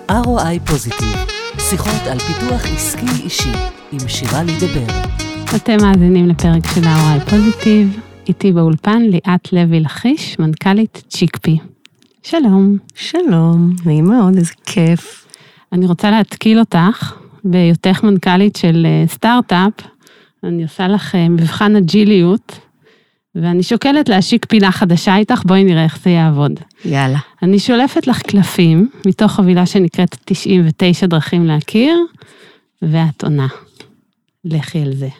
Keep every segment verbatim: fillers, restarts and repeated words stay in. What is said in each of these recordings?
אר או איי פוזיטיב, שיחות על פיתוח עסקי אישי עם שירה לידבר. אתם מאזינים לפרק של אר או איי פוזיטיב, איתי באולפן ליאת לוי לחיש, מנכ"לית צ'יקפי. שלום. שלום, נעים מאוד, איזה כיף. אני רוצה להתקיל אותך, בהיותך מנכ"לית של סטארט-אפ, אני עושה לך מבחן אג'יליות, ואני שוקלת להשיק פינה חדשה איתך, בואי נראה איך זה יעבוד. יאללה. אני שולפת לך קלפים, מתוך חבילה שנקראת תשעים ותשע דרכים להכיר, ואת עונה. לכי על זה.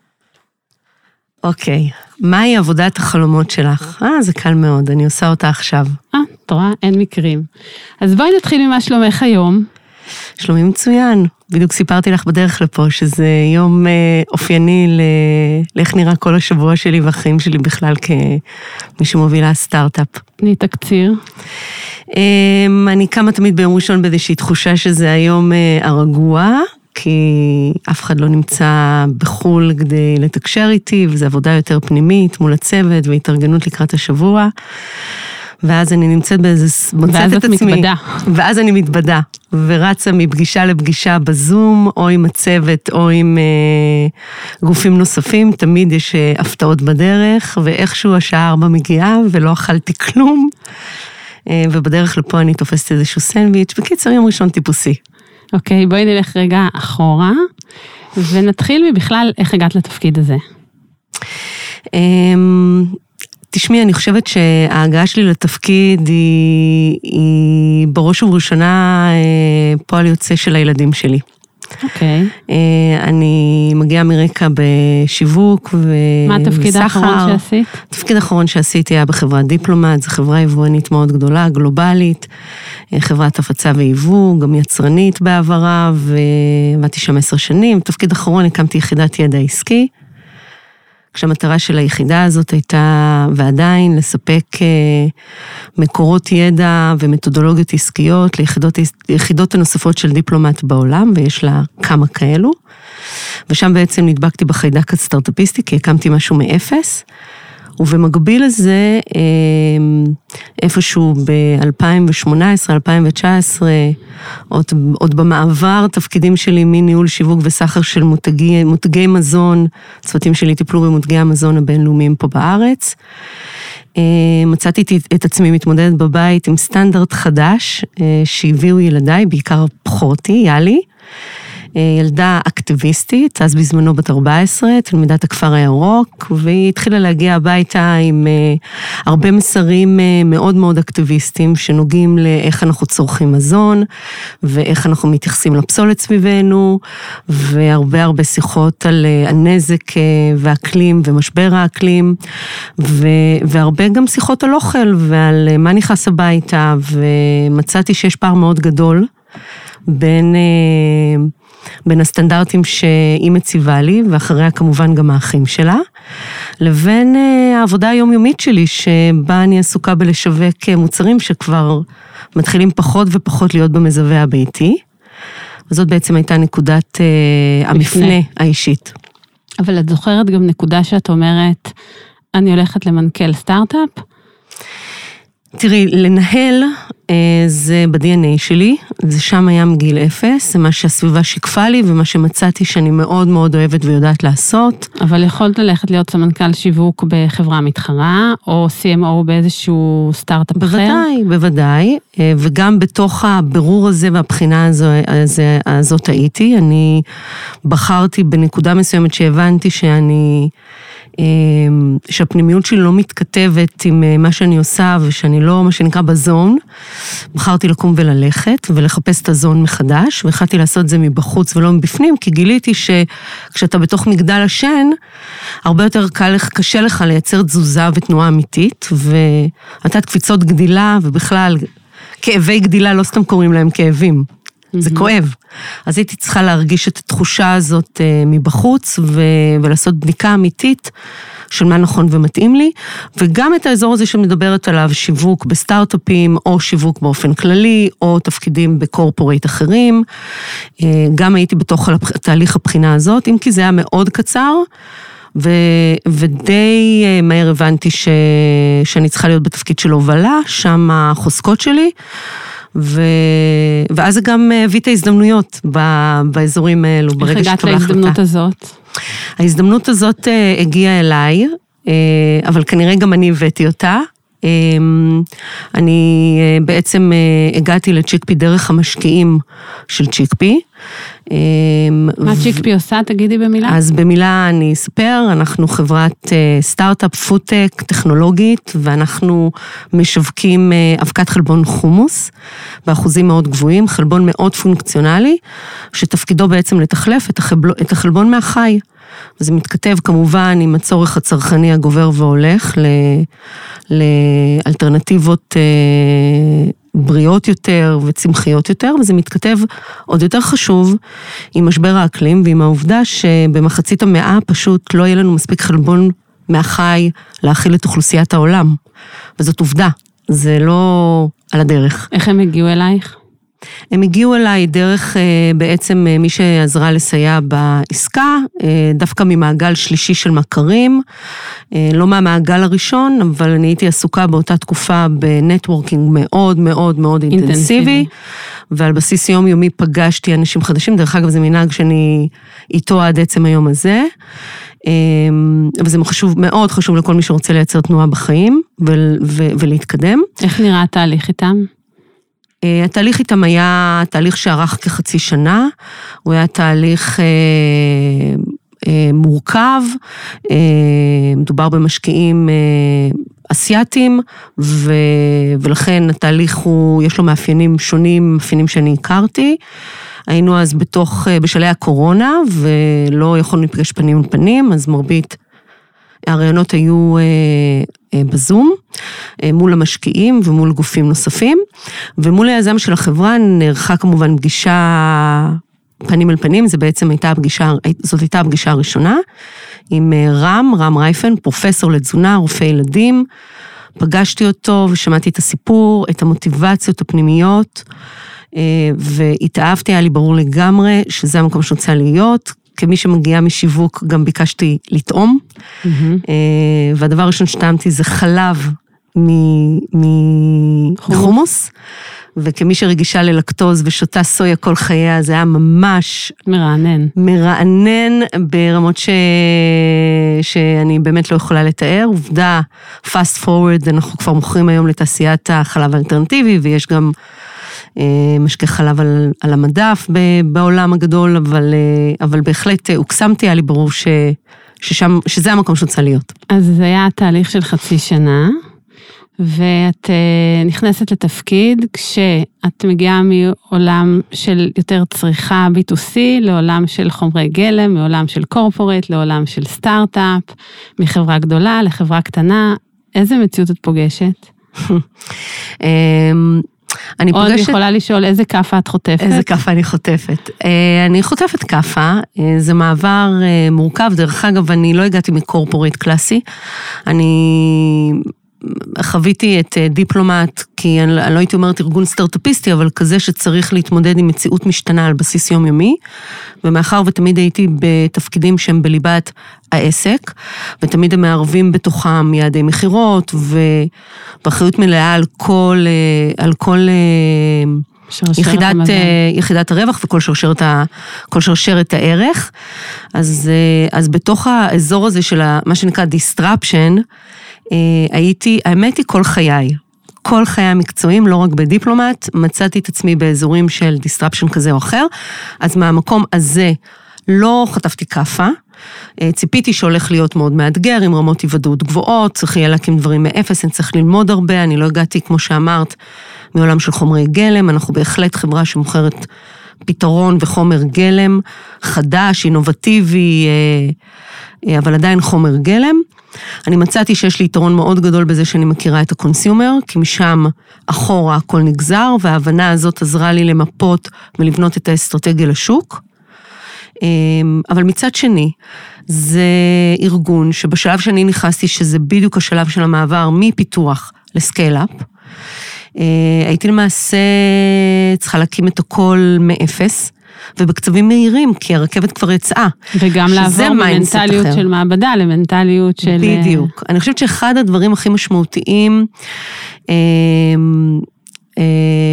אוקיי, מהי עבודת החלומות שלך? אה, זה קל מאוד, אני עושה אותה עכשיו. אה, את רואה? אין מקרים. אז בואי נתחיל ממה שלומך היום. שלומי מצוין. בדיוק סיפרתי לך בדרך לפה, שזה יום אה, אופייני ל... לאיך נראה כל השבוע שלי והחיים שלי בכלל כמי שמובילה סטארט-אפ. תני תקציר. אה, אני קמה תמיד ביום ראשון באיזושהי תחושה שזה היום אה, הרגוע, כי אף אחד לא נמצא בחול כדי לתקשר איתי, וזו עבודה יותר פנימית מול הצוות והתארגנות לקראת השבוע. ואז אני נמצאת באיזה, מוצאת את עצמי. מתבדה. ואז אני מתבדה, ורצה מפגישה לפגישה בזום, או עם הצוות, או עם אה, גופים נוספים, תמיד יש אה, הפתעות בדרך, ואיכשהו השעה ארבע מגיעה, ולא אכלתי כלום, אה, ובדרך לפה אני תופסת איזשהו סנדוויץ', בקיצר יום ראשון טיפוסי. אוקיי, בואי נלך רגע אחורה, ונתחיל מבכלל איך הגעת לתפקיד הזה. אה, תשמעי, אני חושבת שההגעה שלי לתפקיד היא, היא בראש ובראשונה פועל יוצא של הילדים שלי. אוקיי. אני מגיעה מרקע בשיווק וסחר. מה התפקיד האחרון שעשית? התפקיד האחרון שעשיתי היה בחברת דיפלומט, זו חברה יבואנית מאוד גדולה, גלובלית, חברת הפצה ויבוא, גם יצרנית בעברה, ועבדתי שם עשר שנים. בתפקיד האחרון הקמתי יחידת ידע עסקי, כשהמטרה של היחידה הזאת הייתה, ועדיין, לספק מקורות ידע ומתודולוגיות עסקיות ליחידות, ליחידות הנוספות של דיפלומט בעולם, ויש לה כמה כאלו. ושם בעצם נדבקתי בחיידק הסטארט-אפיסטי, כי הקמתי משהו מאפס, ובמקביל לזה, איפשהו ב-אלפיים שמונה עשרה אלפיים תשע עשרה, עוד, עוד במעבר, תפקידים שלי מניהול שיווק וסחר של מותגי, מותגי מזון, צוותים שלי טיפלו במותגי המזון הבינלאומיים פה בארץ. מצאתי את עצמי מתמודדת בבית עם סטנדרט חדש, שהביאו ילדיי, בעיקר פחותי, יאלי, ילדה אקטיביסטית, אז בזמנו בת ארבע עשרה, תלמידת הכפר הירוק, והיא התחילה להגיע הביתה עם הרבה מסרים מאוד מאוד אקטיביסטיים, שנוגעים לאיך אנחנו צורכים מזון, ואיך אנחנו מתייחסים לפסולת סביבנו, והרבה הרבה שיחות על הנזק והאקלים ומשבר האקלים, והרבה גם שיחות על אוכל, ועל מה נכנס הביתה, ומצאתי שיש פער מאוד גדול, בין... בין הסטנדרטים שהיא מציבה לי, ואחריה כמובן גם האחים שלה, לבין העבודה היומיומית שלי, שבה אני עסוקה בלשווק מוצרים שכבר מתחילים פחות ופחות להיות במזווה הביתי. וזאת בעצם הייתה נקודת המפנה האישית. אבל את זוכרת גם נקודה שאת אומרת, אני הולכת למנכ"ל סטארט-אפ? תראי, לנהל זה ב-די אן איי שלי, זה שם היה מגיל אפס, זה מה שהסביבה שיקפה לי, ומה שמצאתי שאני מאוד מאוד אוהבת ויודעת לעשות. אבל יכולת ללכת להיות סמנכ"ל שיווק בחברה מתחרה, או סי אם או באיזשהו סטארט-אפ אחר? בוודאי, בוודאי, וגם בתוך הבירור הזה והבחינה הזו, הזאת הייתי, אני בחרתי בנקודה מסוימת שהבנתי שאני... שהפנימיות שלי לא מתכתבת עם מה שאני עושה, ושאני לא, מה שנקרא בזון, בחרתי לקום וללכת, ולחפש את הזון מחדש, והחלטתי לעשות את זה מבחוץ ולא מבפנים, כי גיליתי שכשאתה בתוך מגדל השן, הרבה יותר קל, קשה לך לייצר תזוזה ותנועה אמיתית, ואתה קפיצות גדילה, ובכלל, כאבי גדילה לא סתם קוראים להם כאבים. זה כואב. אז הייתי צריכה להרגיש את התחושה הזאת מבחוץ, ולעשות בדיקה אמיתית של מה נכון ומתאים לי, וגם את האזור הזה שמדברת עליו, שיווק בסטארט-אפים, או שיווק באופן כללי, או תפקידים בקורפורייט אחרים. גם הייתי בתוך תהליך הבחינה הזאת, אם כי זה היה מאוד קצר, ו, ודי מהר הבנתי ש, שאני צריכה להיות בתפקיד של הובלה, שם החוזקות שלי, ו... ואז זה גם הביא את ההזדמנויות באזורים האלו, ברגע איך הגעת להזדמנות הזאת? ההזדמנות הזאת הגיעה אליי, אבל כנראה גם אני הבאתי אותה. אני בעצם הגעתי לצ'יקפי דרך המשקיעים של צ'יקפי. מה צ'יקפי עושה? תגידי במילה. אז במילה אני אספר, אנחנו חברת סטארט-אפ פודטק טכנולוגית, ואנחנו משווקים אבקת חלבון חומוס, באחוזים מאוד גבוהים, חלבון מאוד פונקציונלי, שתפקידו בעצם לתחלף את החלבון מהחי. וזה מתכתב כמובן עם הצורך הצרכני הגובר והולך לאלטרנטיבות בריאות יותר וצמחיות יותר, וזה מתכתב עוד יותר חשוב עם משבר האקלים ועם העובדה שבמחצית המאה פשוט לא יהיה לנו מספיק חלבון מהחי להכיל את אוכלוסיית העולם. וזאת עובדה, זה לא על הדרך. איך הם הגיעו אלייך? הם הגיעו אליי דרך בעצם מי שעזרה לסייע בעסקה, דווקא ממעגל שלישי של מכרים, לא מהמעגל הראשון, אבל אני הייתי עסוקה באותה תקופה בנטוורקינג מאוד מאוד מאוד אינטנסיבי, ועל בסיס יומיומי פגשתי אנשים חדשים, דרך אגב זה מנהג שאני איתו עד עצם היום הזה, אבל זה חשוב, מאוד חשוב לכל מי שרוצה לייצר תנועה בחיים ולהתקדם. איך נראה התהליך איתם? התהליך איתם היה תהליך שערך כחצי שנה, הוא היה תהליך אה, אה, מורכב, אה, מדובר במשקיעים אה, אסייתיים, ו, ולכן התהליך הוא, יש לו מאפיינים שונים, מאפיינים שאני הכרתי, היינו אז בתוך, בשלהי הקורונה, ולא יכולנו לפגש פנים לפנים, אז מרבית הרעיונות היו בזום, מול המשקיעים ומול גופים נוספים, ומול היזם של החברה נערכה כמובן פגישה פנים אל פנים, זה בעצם הייתה הפגישה, זאת הייתה הפגישה הראשונה, עם רם, רם רייפן, פרופסור לתזונה, רופא ילדים, פגשתי אותו ושמעתי את הסיפור, את המוטיבציות הפנימיות, והתאהבתי, היה לי ברור לגמרי שזה המקום שרוצה להיות, כמי שמגיעה משיווק גם ביקשתי לטעום, mm-hmm. והדבר הראשון שטעמתי זה חלב מחומוס, וכמי שרגישה ללקטוז ושותה סויה כל חייה, זה היה ממש מרענן. מרענן ברמות ש... שאני באמת לא יכולה לתאר. עובדה, fast forward, אנחנו כבר מוכרים היום לתעשיית החלב האלטרנטיבי, ויש גם משקי חלב על, על המדף בעולם הגדול, אבל, אבל בהחלט הוקסמתי, היה לי ברור ש, ששם, שזה המקום שרוצה להיות. אז זה היה תהליך של חצי שנה, ואת נכנסת לתפקיד כשאת מגיעה מעולם של יותר צריכה בי טו סי, לעולם של חומרי גלם, מעולם של קורפורט, לעולם של סטארט-אפ, מחברה גדולה לחברה קטנה. איזה מציאות את פוגשת? אני עוד פוגשת... יכולה לשאול איזה קפה את חוטפת? איזה קפה אני חוטפת. אני חוטפת קפה, זה מעבר מורכב, דרך אגב, אני לא הגעתי מקורפורט קלאסי, אני חוויתי את דיפלומט, כי אני לא הייתי אומרת ארגון סטארט-אפיסטי, אבל כזה שצריך להתמודד עם מציאות משתנה על בסיס יומיומי, ומאחר ותמיד הייתי בתפקידים שהם בליבת העסק, ותמיד הם מערבים בתוכם יעדי מחירות, ואחריות מלאה על כל, על כל יחידת, יחידת הרווח וכל שרשרת, כל שרשרת הערך. אז, אז בתוך האזור הזה של מה שנקרא disruption, הייתי, האמת היא כל חיי, כל חיי המקצועיים, לא רק בדיפלומט, מצאתי את עצמי באזורים של disruption כזה או אחר, אז מהמקום הזה לא חטפתי קפה, ציפיתי שהולך להיות מאוד מאתגר, עם רמות היוודעות גבוהות, צריך יהיה להקים דברים מאפס, אני צריך ללמוד הרבה, אני לא הגעתי, כמו שאמרת, מעולם של חומרי גלם, אנחנו בהחלט חברה שמוכרת פתרון וחומר גלם, חדש, אינובטיבי, אבל עדיין חומר גלם. אני מצאתי שיש לי יתרון מאוד גדול בזה שאני מכירה את הקונסיומר, כי משם אחורה הכל נגזר, וההבנה הזאת עזרה לי למפות ולבנות את האסטרטגיה לשוק. אבל מצד שני, זה ארגון שבשלב שאני נכנסתי, שזה בדיוק השלב של המעבר מפיתוח לסקייל-אפ, הייתי למעשה צריכה להקים את הכל מאפס, ובקצבים מהירים, כי הרכבת כבר יצאה. וגם לעבור ממנטליות של מעבדה למנטליות של... בדיוק. אני חושבת שאחד הדברים הכי משמעותיים,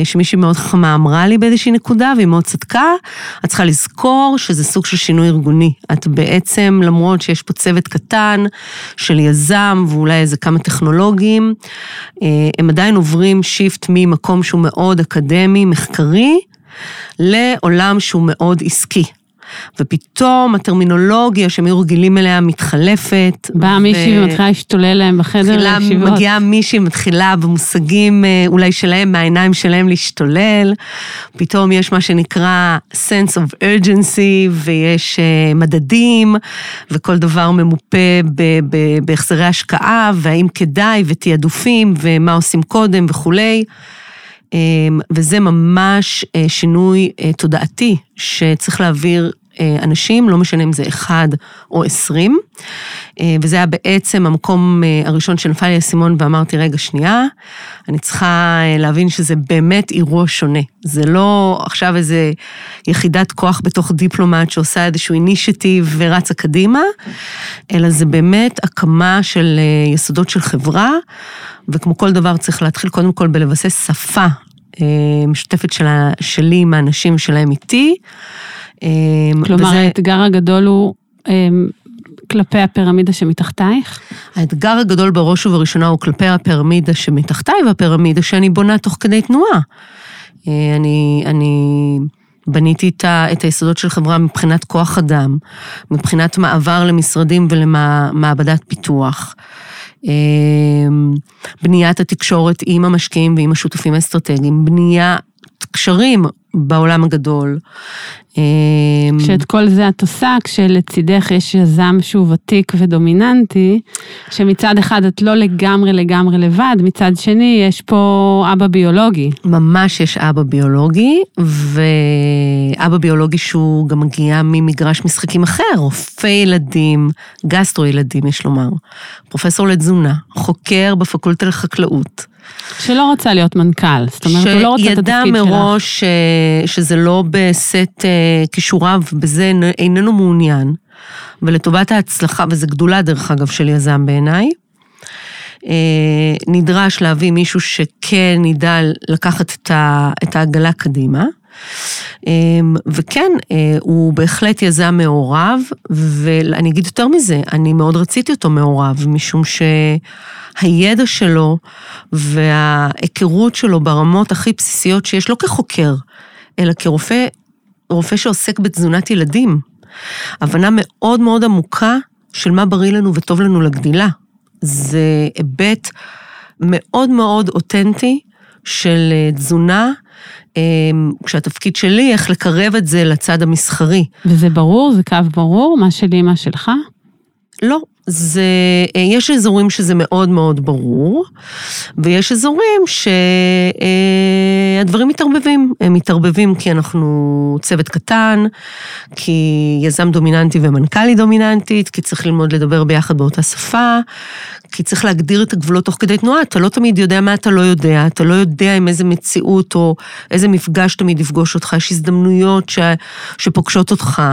שמישהי מאוד חכמה אמרה לי באיזושהי נקודה, והיא מאוד צדקה, את צריכה לזכור שזה סוג של שינוי ארגוני. את בעצם, למרות שיש פה צוות קטן של יזם, ואולי איזה כמה טכנולוגים, הם עדיין עוברים שיפט ממקום שהוא מאוד אקדמי, מחקרי, לעולם שהוא מאוד עסקי. ופתאום הטרמינולוגיה שהם היו רגילים אליה מתחלפת. באה מישהי ומתחילה להשתולל להם בחדר לישיבות. מגיעה מישהי ומתחילה במושגים אולי שלהם, מהעיניים שלהם להשתולל. פתאום יש מה שנקרא sense of urgency, ויש מדדים, וכל דבר ממופה בהחזרי השקעה, והאם כדאי, ותיעדופים, ומה עושים קודם וכולי. וזה ממש שינוי תודעתי שצריך להעביר אנשים, לא משנה אם זה אחד או עשרים, וזה היה בעצם המקום הראשון שנפל לי הסימון ואמרתי, רגע שנייה, אני צריכה להבין שזה באמת אירוע שונה. זה לא עכשיו איזה יחידת כוח בתוך דיפלומט שעושה איזשהו אינישטיב ורצה קדימה, אלא זה באמת הקמה של יסודות של חברה, וכמו כל דבר צריך להתחיל קודם כל בלבסס שפה משותפת שלה, שלי עם האנשים שלהם איתי. כלומר, וזה... האתגר הגדול הוא כלפי הפירמידה שמתחתייך? האתגר הגדול בראש ובראשונה הוא כלפי הפירמידה שמתחתיי, והפירמידה שאני בונה תוך כדי תנועה. אני, אני בניתי את היסודות של חברה מבחינת כוח אדם, מבחינת מעבר למשרדים ולמעבדת פיתוח. בניית התקשורת עם המשקיעים ועם השותפים האסטרטגיים, בניית קשרים בעולם הגדול. שאת כל זה את עושה, כשלצידך יש יזם שהוא ותיק ודומיננטי, שמצד אחד את לא לגמרי לגמרי לבד, מצד שני יש פה אבא ביולוגי. ממש יש אבא ביולוגי, ואבא ביולוגי שהוא גם מגיע ממגרש משחקים אחר, רופא ילדים, גסטרו ילדים יש לומר, פרופסור לתזונה, חוקר בפקולטה לחקלאות, שלא רוצה להיות מנכ"ל, זאת אומרת, הוא לא רוצה את התפקיד שלך. שידע מראש שזה לא בסט כישוריו, בזה איננו מעוניין, ולטובת ההצלחה, וזה גדולה דרך אגב של יזם בעיניי, נדרש להביא מישהו שכן ידע לקחת את העגלה קדימה, וכן, הוא בהחלט יזם מעורב, ואני אגיד יותר מזה, אני מאוד רציתי אותו מעורב, משום שהידע שלו וההיכרות שלו ברמות הכי בסיסיות שיש לו כחוקר, אלא כרופא, רופא שעוסק בתזונת ילדים, הבנה מאוד מאוד עמוקה של מה בריא לנו וטוב לנו לגדילה. זה היבט מאוד מאוד אותנטי של תזונה, כשהתפקיד שלי, איך לקרב את זה לצד המסחרי. וזה ברור? זה קו ברור? מה שלי, מה שלך? לא. זה, יש אזורים שזה מאוד מאוד ברור, ויש אזורים שהדברים מתערבבים. הם מתערבבים כי אנחנו צוות קטן, כי יזם דומיננטי ומנכ"לי דומיננטית, כי צריך ללמוד לדבר ביחד באותה שפה, כי צריך להגדיר את הגבולות תוך כדי תנועה, אתה לא תמיד יודע מה אתה לא יודע, אתה לא יודע עם איזה מציאות או איזה מפגש תמיד יפגוש אותך, יש הזדמנויות ש, שפוגשות אותך,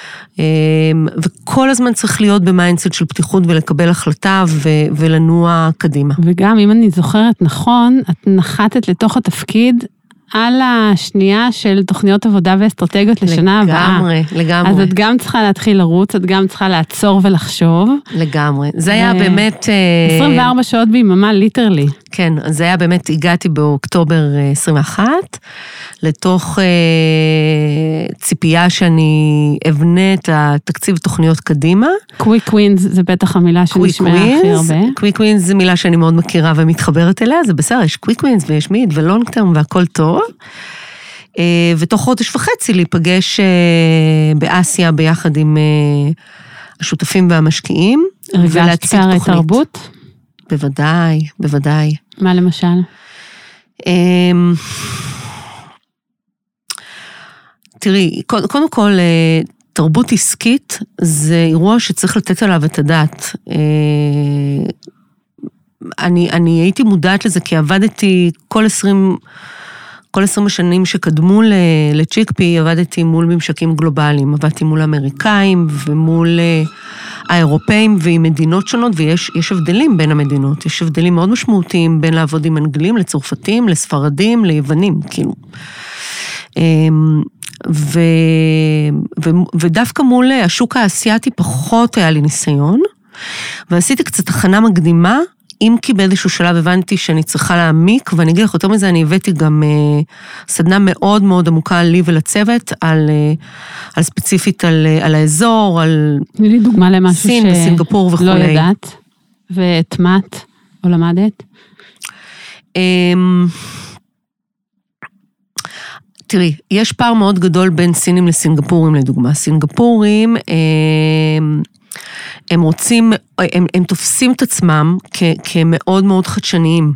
וכל הזמן צריך להיות במיינדסט של פתיחות ולקבל החלטה ו, ולנוע קדימה. וגם אם אני זוכרת נכון, את נחתת לתוך התפקיד על השנייה של תוכניות עבודה ואסטרטגיות לשנה הבאה. לגמרי, לגמרי. אז את גם צריכה להתחיל לרוץ, את גם צריכה לעצור ולחשוב. לגמרי. זה היה באמת... עשרים וארבע שעות ביממה, ליטרלי. כן, אז זה היה באמת, הגעתי באוקטובר עשרים ואחת, לתוך ציפייה שאני אבנה את התקציב תוכניות קדימה. קוויק ווינס זה בטח המילה שנשמעה הכי הרבה. קוויק ווינס זה מילה שאני מאוד מכירה ומתחברת אליה, זה בסדר, יש קוויק ווינס ויש מיד ולונג טרם והכל טוב. ותוך חודש וחצי להיפגש באסיה ביחד עם השותפים והמשקיעים. הרגשת פערי תרבות? בוודאי, בוודאי. מה למשל? תראי, קודם כל, תרבות עסקית זה אירוע שצריך לתת עליו את הדעת. אני, אני הייתי מודעת לזה כי עבדתי כל עשרים, כל עשרים השנים שקדמו לצ'יקפי, עבדתי מול ממשקים גלובליים, עבדתי מול האמריקאים ומול האירופאים ועם מדינות שונות, ויש יש הבדלים בין המדינות, יש הבדלים מאוד משמעותיים בין לעבוד עם אנגלים, לצרפתים, לספרדים, ליוונים, כאילו. ו, ו, ודווקא מול השוק האסייתי פחות היה לי ניסיון, ועשיתי קצת הכנה מקדימה, אם כי באיזשהו שלב הבנתי שאני צריכה להעמיק, ואני אגיד לך יותר מזה, אני הבאתי גם uh, סדנה מאוד מאוד עמוקה לי ולצוות, על, uh, על ספציפית על, uh, על האזור, על תני לי דוגמה למשהו סין וסינגפור וכו'. לא ידעת, והטמעת או למדת? Um, תראי, יש פער מאוד גדול בין סינים לסינגפורים לדוגמה. סינגפורים, הם, הם רוצים, הם, הם תופסים את עצמם כ, כמאוד מאוד חדשניים.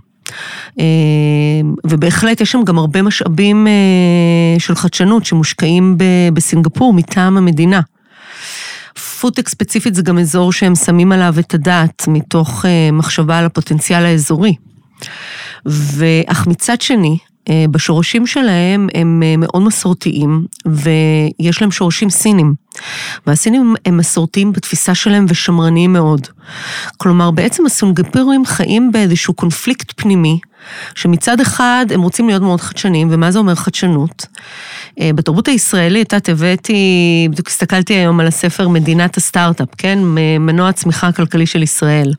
ובהחלט יש שם גם הרבה משאבים של חדשנות שמושקעים בסינגפור מטעם המדינה. פודטק ספציפית זה גם אזור שהם שמים עליו את הדעת מתוך מחשבה על הפוטנציאל האזורי. ואך מצד שני, בשורשים שלהם הם מאוד מסורתיים, ויש להם שורשים סינים. והסינים הם מסורתיים בתפיסה שלהם ושמרניים מאוד. כלומר, בעצם הסינגפורים חיים באיזשהו קונפליקט פנימי, שמצד אחד הם רוצים להיות מאוד חדשניים, ומה זה אומר חדשנות? בתרבות הישראלית, את הבאתי, בדיוק הסתכלתי היום על הספר מדינת הסטארט-אפ, כן? מנוע הצמיחה הכלכלי של ישראל.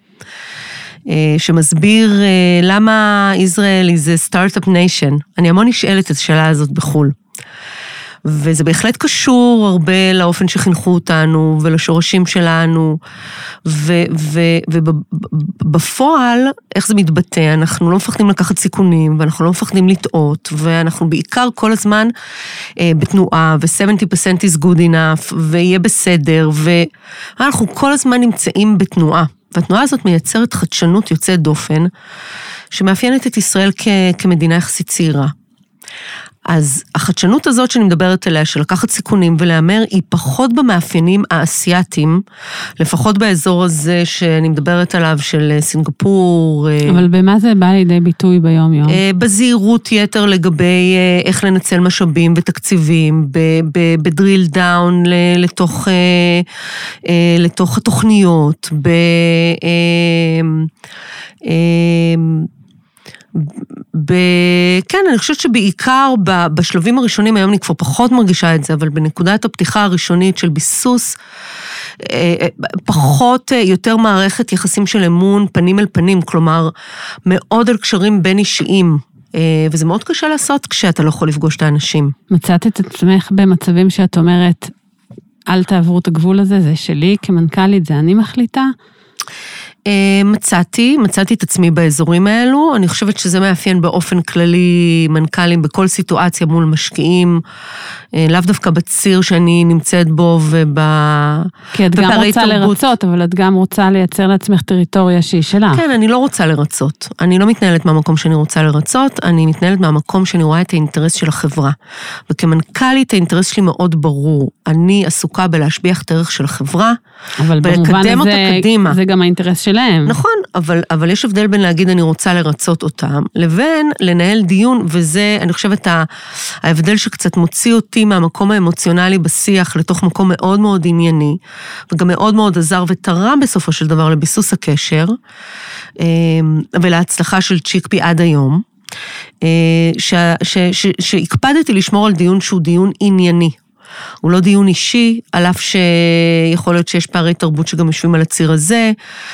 שמסביר למה ישראל is a startup nation. אני המון נשאלת את השאלה הזאת בחול. וזה בהחלט קשור הרבה לאופן שחינכו אותנו ולשורשים שלנו, ובפועל, איך זה מתבטא? אנחנו לא מפחדים לקחת סיכונים, ואנחנו לא מפחדים לטעות, ואנחנו בעיקר כל הזמן בתנועה, ו-שבעים אחוז is good enough, ויהיה בסדר, ואנחנו כל הזמן נמצאים בתנועה. והתנועה הזאת מייצרת חדשנות יוצאת דופן, שמאפיינת את ישראל כ- כמדינה יחסית צעירה. אז החדשנות הזאת שאני מדברת עליה, של לקחת סיכונים ולאמר, היא פחות במאפיינים האסייתיים, לפחות באזור הזה שאני מדברת עליו, של סינגפור. אבל במה זה בא לידי ביטוי ביום יום? בזהירות יתר לגבי איך לנצל משאבים ותקציבים, בדריל דאון לתוך, לתוך התוכניות, ב... ב... כן, אני חושבת שבעיקר בשלבים הראשונים, היום אני כבר פחות מרגישה את זה, אבל בנקודת הפתיחה הראשונית של ביסוס, פחות, יותר מערכת יחסים של אמון, פנים אל פנים, כלומר, מאוד על קשרים בין אישיים, וזה מאוד קשה לעשות כשאתה לא יכול לפגוש את האנשים. מצאת את עצמך במצבים שאת אומרת, אל תעברו את הגבול הזה, זה שלי כמנכ"לית, זה אני מחליטה? מצאתי, מצאתי את עצמי באזורים האלו, אני חושבת שזה מאפיין באופן כללי מנכ"לים בכל סיטואציה מול משקיעים, לאו דווקא בציר שאני נמצאת בו וב... כי את גם רוצה לרצות, אבל את גם רוצה לייצר לעצמך טריטוריה שהיא שלה. כן, אני לא רוצה לרצות, אני לא מתנהלת מהמקום שאני רוצה לרצות, אני מתנהלת מהמקום שאני רואה את האינטרס של החברה, וכמנכ"לית האינטרס שלי מאוד ברור, אני עסוקה בלהשביח את הערך של החברה, ולקדם אותה קדימה. זה גם האינטרס שלהם. נכון, אבל, אבל יש הבדל בין להגיד אני רוצה לרצות אותם, לבין לנהל דיון, וזה, אני חושבת, ההבדל שקצת מוציא אותי מהמקום האמוציונלי בשיח, לתוך מקום מאוד מאוד ענייני, וגם מאוד מאוד עזר ותרם בסופו של דבר לביסוס הקשר, ולהצלחה של צ'יקפי עד היום, שהקפדתי לשמור על דיון שהוא דיון ענייני. הוא לא דיון אישי, על אף שיכול להיות שיש פערי תרבות שגם יושבים על הציר הזה,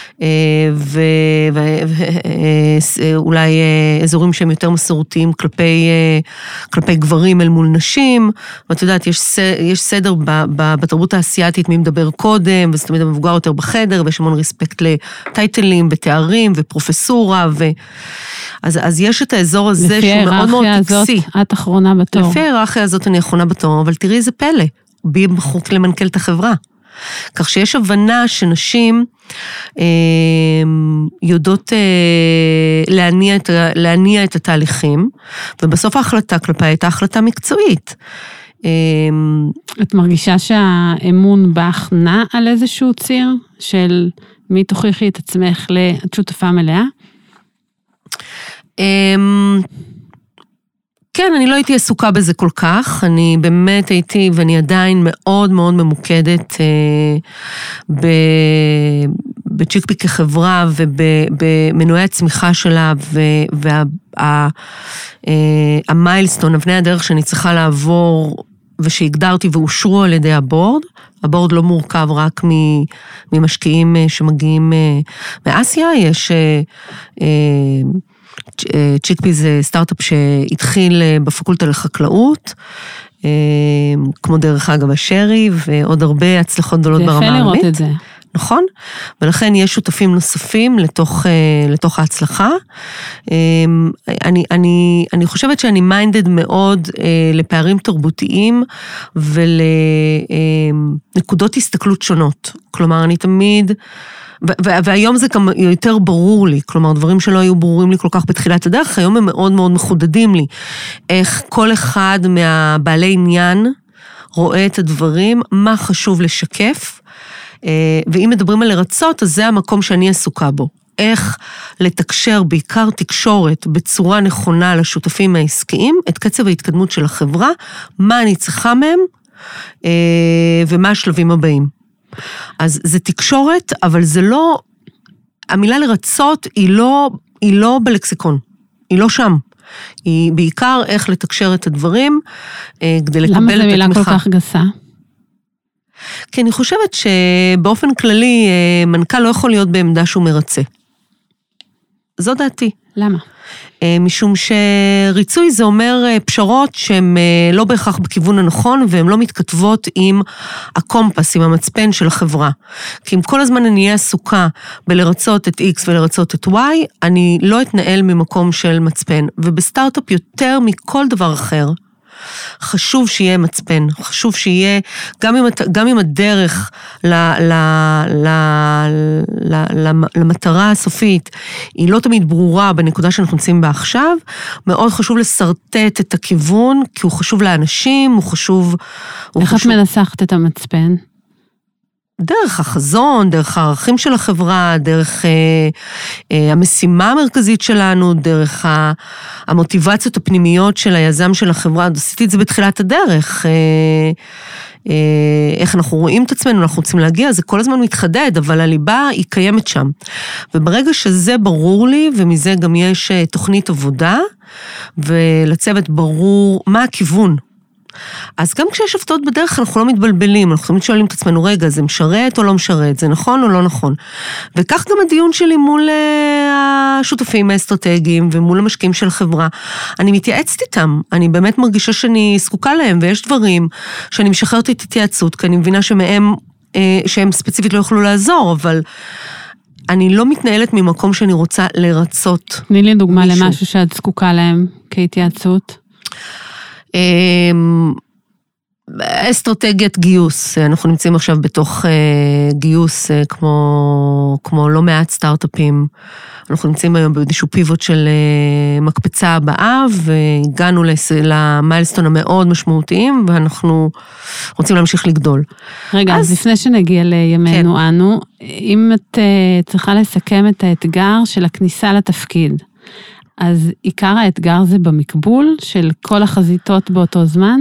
ואולי אזורים שהם יותר מסורתיים כלפי, כלפי גברים אל מול נשים, ואת יודעת, יש, יש סדר בתרבות האסייתית, מי מדבר קודם, וזה תמיד המבוגר יותר בחדר, ויש המון ריספקט לטייטלים ותארים ופרופסורה, ו... אז, אז יש את האזור הזה שהוא מאוד מאוד טקסי. את אחרונה בתור. לפי ההיררכיה הזאת אני אחרונה בתור, אבל תראי איזה פלא, בי בחוק למנכ"ל את החברה. כך שיש הבנה שנשים אה, יודעות אה, להניע, את, להניע את התהליכים, ובסוף ההחלטה כלפי הייתה החלטה מקצועית. אה, את מרגישה שהאמון בך נע על איזשהו ציר, של מי תוכיחי את עצמך לשותפה מלאה? כן, אני לא הייתי עסוקה בזה כל כך, אני באמת הייתי, ואני עדיין מאוד מאוד ממוקדת אה, ב, בצ'יקפי כחברה ובמנועי הצמיחה שלה, והמיילסטון, אבני הדרך שאני צריכה לעבור, ושהגדרתי ואושרו על ידי הבורד. הבורד לא מורכב רק ממשקיעים שמגיעים מאסיה, יש... צ'יקפי זה סטארט-אפ שהתחיל בפקולטה לחקלאות, כמו דרך אגב השרי, ועוד הרבה הצלחות גדולות ברמה העולמית. זה יפה לראות את זה. נכון? ולכן יש שותפים נוספים לתוך, לתוך ההצלחה. אני, אני, אני חושבת שאני מיינדד מאוד לפערים תרבותיים ולנקודות הסתכלות שונות. כלומר, אני תמיד... והיום זה גם יותר ברור לי, כלומר, דברים שלא היו ברורים לי כל כך בתחילת הדרך, היום הם מאוד מאוד מחודדים לי. איך כל אחד מהבעלי עניין רואה את הדברים, מה חשוב לשקף, ואם מדברים על לרצות, אז זה המקום שאני עסוקה בו. איך לתקשר, בעיקר תקשורת, בצורה נכונה לשותפים העסקיים, את קצב ההתקדמות של החברה, מה אני צריכה מהם, ומה השלבים הבאים. אז זה תקשורת, אבל זה לא, המילה לרצות היא לא, היא לא בלקסיקון, היא לא שם. היא בעיקר איך לתקשר את הדברים, כדי לקבל את התמיכה. למה זו מילה כל כך גסה? כי אני חושבת שבאופן כללי, מנכ"ל לא יכול להיות בעמדה שהוא מרצה. זו דעתי. למה? משום שריצוי זה אומר פשרות שהן לא בהכרח בכיוון הנכון, והן לא מתכתבות עם הקומפס, עם המצפן של החברה. כי אם כל הזמן אני אהיה עסוקה בלרצות את X ולרצות את Y, אני לא אתנהל ממקום של מצפן. ובסטארט-אפ יותר מכל דבר אחר, חשוב שיהיה מצפן, חשוב שיהיה, גם אם, גם אם הדרך ל, ל, ל, ל, ל, למטרה הסופית, היא לא תמיד ברורה בנקודה שאנחנו נמצאים בה עכשיו, מאוד חשוב לסרטט את הכיוון, כי הוא חשוב לאנשים, הוא חשוב... איך את מנסחת את המצפן? דרך החזון, דרך הערכים של החברה, דרך אה, אה, המשימה המרכזית שלנו, דרך ה, המוטיבציות הפנימיות של היזם של החברה, עשיתי את זה בתחילת הדרך, אה, אה, איך אנחנו רואים את עצמנו, אנחנו רוצים להגיע, זה כל הזמן מתחדד, אבל הליבה היא קיימת שם. וברגע שזה ברור לי, ומזה גם יש תוכנית עבודה, ולצוות ברור מה הכיוון, אז גם כשיש הפתעות בדרך אנחנו לא מתבלבלים, אנחנו תמיד שואלים את עצמנו, רגע, זה משרת או לא משרת, זה נכון או לא נכון. וכך גם הדיון שלי מול השותפים האסטרטגיים ומול המשקיעים של החברה. אני מתייעצת איתם, אני באמת מרגישה שאני זקוקה להם, ויש דברים שאני משחררת את התייעצות, כי אני מבינה שמהם, שהם ספציפית לא יוכלו לעזור, אבל אני לא מתנהלת ממקום שאני רוצה לרצות. תני לי דוגמה מישהו. למשהו שאת זקוקה להם כהתייעצות. אסטרטגיית גיוס, אנחנו נמצאים עכשיו בתוך גיוס כמו, כמו לא מעט סטארט-אפים, אנחנו נמצאים היום באיזשהו פיבוט של מקפצה הבאה, והגענו למיילסטון המאוד משמעותיים, ואנחנו רוצים להמשיך לגדול. רגע, אז, אז לפני שנגיע לימינו כן. אנו, אם את צריכה לסכם את האתגר של הכניסה לתפקיד, אז עיקר האתגר זה במקבול של כל החזיתות באותו זמן?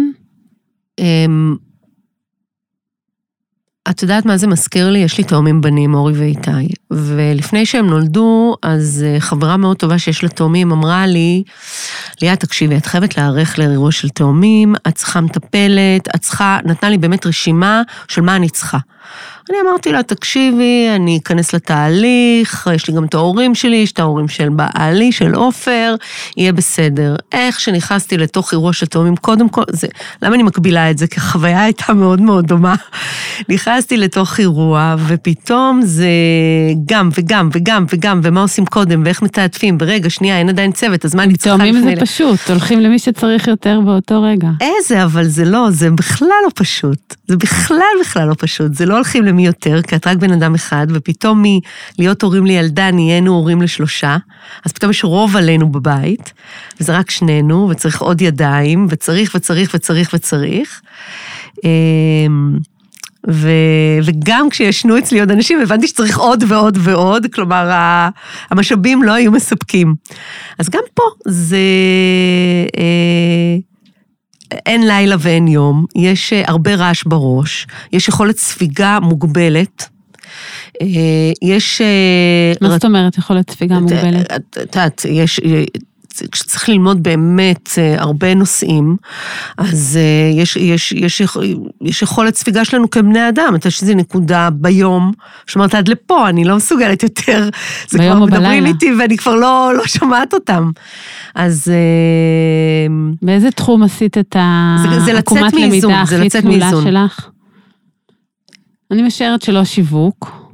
את יודעת מה זה מזכיר לי? יש לי תאומים בנים, אורי ואיתי, ולפני שהם נולדו, אז חברה מאוד טובה שיש לה תאומים אמרה לי, ליאת, תקשיבי, את חייבת להערך לאירוע של תאומים, את צריכה מטפלת, את צריכה, נתנה לי באמת רשימה של מה אני צריכה. אני אמרתי לה, תקשיבי, אני אכנס לתהליך, יש לי גם את ההורים שלי, יש את ההורים של בעלי, של אופר, יהיה בסדר. איך שנכנסתי לתוך אירוע של תאומים, קודם כל, זה, למה אני מקבילה את זה? כי החוויה הייתה מאוד מאוד דומה. נכנסתי לתוך אירוע, ופתאום זה גם וגם וגם וגם, ומה עושים קודם, ואיך מתעדפים, ברגע, שנייה, אין עדיין צוות, אז מה אני צריכה לפני? תאומים זה פשוט, הולכים למי שצריך יותר באותו רגע. איזה, אבל זה לא, זה בכלל לא פשוט. זה בכלל בכלל לא פשוט. זה לא הולכים למי יותר, כי את רק בן אדם אחד, ופתאום מלהיות הורים לילדה, נהיינו הורים לשלושה, אז פתאום יש רוב עלינו בבית, וזה רק שנינו, וצריך עוד ידיים, וצריך וצריך וצריך וצריך. ו, וגם כשישנו אצלי עוד אנשים, הבנתי שצריך עוד ועוד ועוד, כלומר, המשאבים לא היו מספקים. אז גם פה זה, אה, אין לילה ואין יום, יש הרבה רעש בראש, יש יכולת ספיגה מוגבלת, יש... מה זאת אומרת יכולת ספיגה מוגבלת? את יודעת, יש... כשצריך ללמוד באמת הרבה נושאים, אז יש, יש, יש, יש יכולת ספיגה שלנו כבני אדם, אתה שזה נקודה ביום, שאומרת עד לפה, אני לא מסוגלת יותר, זה כבר מדברים איתי ואני כבר לא, לא שומעת אותם. אז... באיזה תחום עשית את העקומת למידה הכי תלולה שלך? אני משערת שלא שיווק.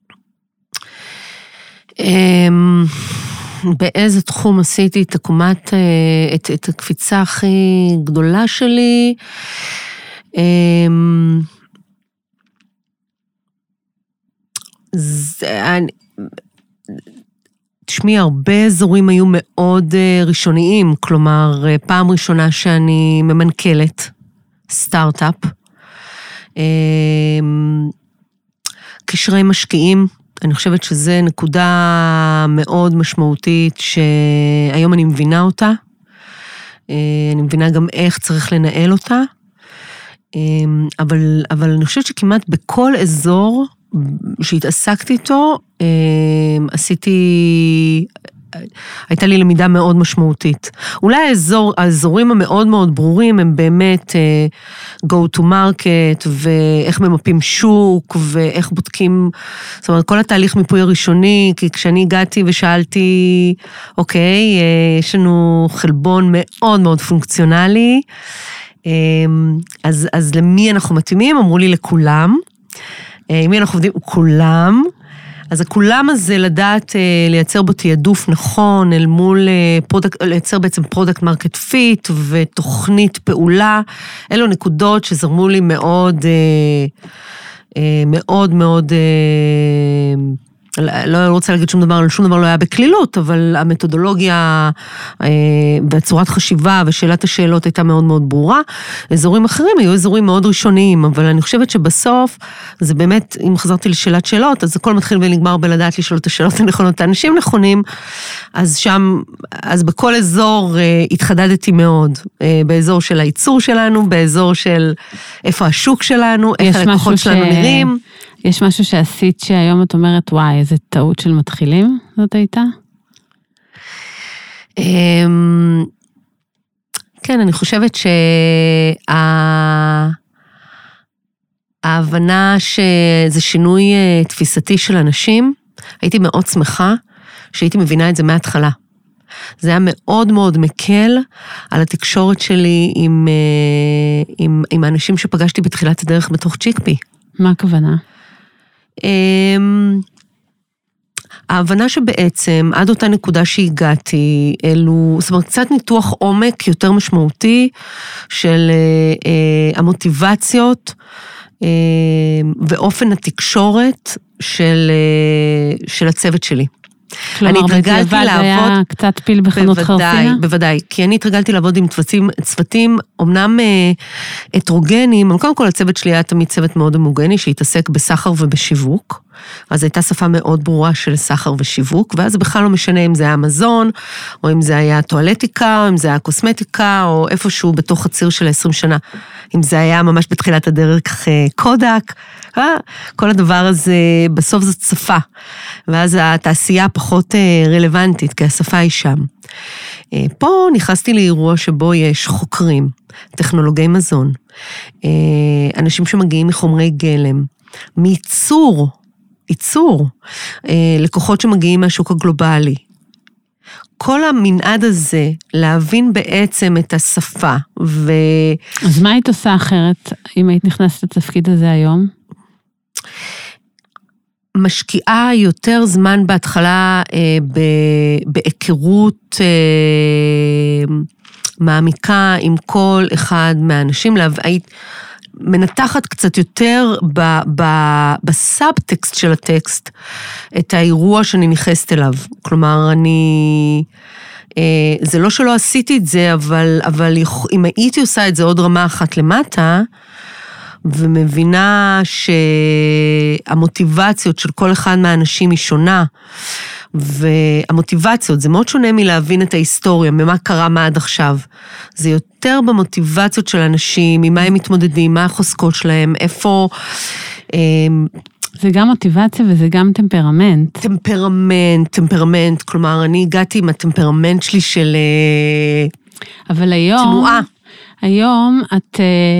באיזה תחום עשיתי את עקומת, את, את הקפיצה הכי גדולה שלי? זה, אני, תשמעי, הרבה אזורים היו מאוד ראשוניים, כלומר, פעם ראשונה שאני ממנכלת סטארט-אפ, קשרי משקיעים, אני חושבת שזה נקודה מאוד משמעותית, שהיום אני מבינה אותה, אני מבינה גם איך צריך לנהל אותה, אבל, אבל אני חושבת שכמעט בכל אזור שהתעסקתי איתו, עשיתי, הייתה לי למידה מאוד משמעותית. אולי האזור, האזורים המאוד מאוד ברורים הם באמת go to market, ואיך ממפים שוק, ואיך בודקים, זאת אומרת, כל התהליך מיפוי הראשוני, כי כשאני הגעתי ושאלתי, אוקיי, יש לנו חלבון מאוד מאוד פונקציונלי, אז, אז למי אנחנו מתאימים? אמרו לי לכולם. עם מי אנחנו עובדים? כולם. אז הכולם הזה לדעת לייצר בו תיעדוף נכון, אל מול פרודקט, לייצר בעצם פרודקט מרקט פיט ותוכנית פעולה, אלו נקודות שזרמו לי מאוד, מאוד מאוד, לא רוצה להגיד שום דבר, שום דבר לא היה בכלילות, אבל המתודולוגיה והצורת חשיבה ושאלת השאלות הייתה מאוד מאוד ברורה. אזורים אחרים היו אזורים מאוד ראשוניים, אבל אני חושבת שבסוף, זה באמת, אם חזרתי לשאלת שאלות, אז הכל מתחיל ונגמר בלדעת לשאול את השאלות הנכונות, האנשים נכונים, אז שם, אז בכל אזור התחדדתי מאוד, באזור של הייצור שלנו, באזור של איפה השוק שלנו, איך הלקוחות שלנו נראים. יש משהו שעשית שהיום את אומרת, וואי, איזה טעות של מתחילים זאת הייתה? כן, אני חושבת שההבנה שזה שינוי תפיסתי של אנשים, הייתי מאוד שמחה שהייתי מבינה את זה מההתחלה. זה היה מאוד מאוד מקל על התקשורת שלי עם, עם, עם האנשים שפגשתי בתחילת הדרך בתוך צ'יקפי. מה הכוונה? ההבנה שבעצם עד אותה נקודה שהגעתי, אלו, זאת אומרת, קצת ניתוח עומק יותר משמעותי של המוטיבציות ואופן התקשורת של, של הצוות שלי. כלומר, בדיעבד היה קצת פיל בחנות חרסינה? בוודאי, בוודאי, כי אני התרגלתי לעבוד עם צוותים, צוותים אומנם הטרוגנים, קודם כל הצוות שלי היה תמיד צוות מאוד הומוגני, שהתעסק בסחר ובשיווק, אז הייתה שפה מאוד ברורה של סחר ושיווק, ואז בכלל לא משנה אם זה היה מזון, או אם זה היה טואלטיקה, או אם זה היה קוסמטיקה, או איפשהו בתוך הציר של עשרים שנה, אם זה היה ממש בתחילת הדרך קודק, כל הדבר הזה בסוף זאת שפה, ואז התעשייה פחות רלוונטית, כי השפה היא שם. פה נכנסתי לאירוע שבו יש חוקרים, טכנולוגי מזון, אנשים שמגיעים מחומרי גלם, מייצור, ייצור, לקוחות שמגיעים מהשוק הגלובלי. כל המנעד הזה, להבין בעצם את השפה, ו... אז מה היית עושה אחרת, אם היית נכנסת לתפקיד הזה היום? משקיעה יותר זמן בהתחלה אה, בהיכרות אה, מעמיקה עם כל אחד מהאנשים, היית מנתחת קצת יותר ב, ב, בסאבטקסט של הטקסט, את האירוע שאני נכנסת אליו. כלומר, אני... אה, זה לא שלא עשיתי את זה, אבל, אבל אם הייתי עושה את זה עוד רמה אחת למטה, ומבינה שהמוטיבציות של כל אחד מהאנשים היא שונה, והמוטיבציות, זה מאוד שונה מלהבין את ההיסטוריה, ממה קרה מה עד עכשיו. זה יותר במוטיבציות של אנשים, ממה הם מתמודדים, מה החוזקות שלהם, איפה... זה גם מוטיבציה וזה גם טמפרמנט. טמפרמנט, טמפרמנט, כלומר, אני הגעתי עם הטמפרמנט שלי של אבל היום, תנועה. היום את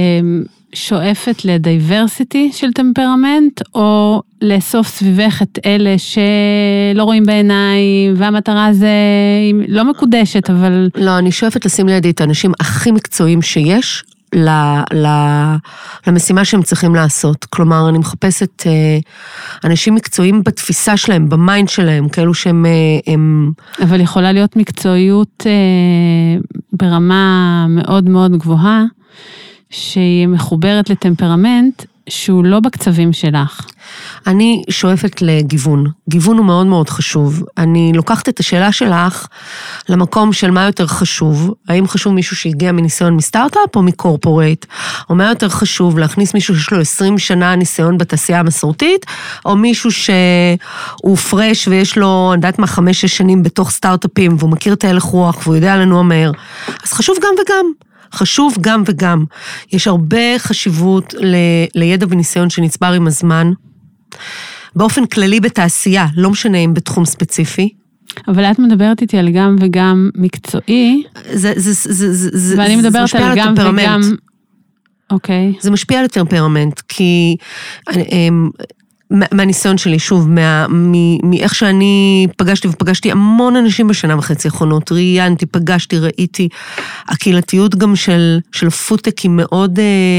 שואפת לדייברסיטי של טמפרמנט, או לאסוף סביבך את אלה שלא רואים בעיניים, והמטרה זה לא מקודשת, אבל... לא, אני שואפת לשים לידי את האנשים הכי מקצועיים שיש, ל, ל, למשימה שהם צריכים לעשות. כלומר, אני מחפשת אה, אנשים מקצועיים בתפיסה שלהם, במיינד שלהם, כאלו שהם... אה, הם... אבל יכולה להיות מקצועיות אה, ברמה מאוד מאוד גבוהה, שהיא מחוברת לטמפרמנט, שהוא לא בקצבים שלך. אני שואפת לגיוון. גיוון הוא מאוד מאוד חשוב. אני לוקחת את השאלה שלך למקום של מה יותר חשוב. האם חשוב מישהו שהגיע מניסיון מסטארט-אפ או מקורפורייט? או מה יותר חשוב להכניס מישהו שיש לו עשרים שנה ניסיון בתעשייה המסורתית, או מישהו שהוא פרש ויש לו, אני יודעת מה, חמש, שש שנים בתוך סטארט-אפים, והוא מכיר את ההלך רוח, והוא יודע לנוע מהר. אז חשוב גם וגם. חשוב גם וגם. יש הרבה חשיבות ל, לידע וניסיון שנצבר עם הזמן, באופן כללי בתעשייה, לא משנה אם בתחום ספציפי. אבל את מדברת איתי על גם וגם מקצועי, זה, זה, זה, זה, זה, ואני מדברת על גם וגם... אוקיי. זה משפיע על הטמפרמנט, כי... מהניסיון שלי, שוב, מה, מאיך שאני פגשתי ופגשתי המון אנשים בשנה וחצי האחרונות, ראיינתי, פגשתי, ראיתי, הקהילתיות גם של, של הפודטק היא מאוד...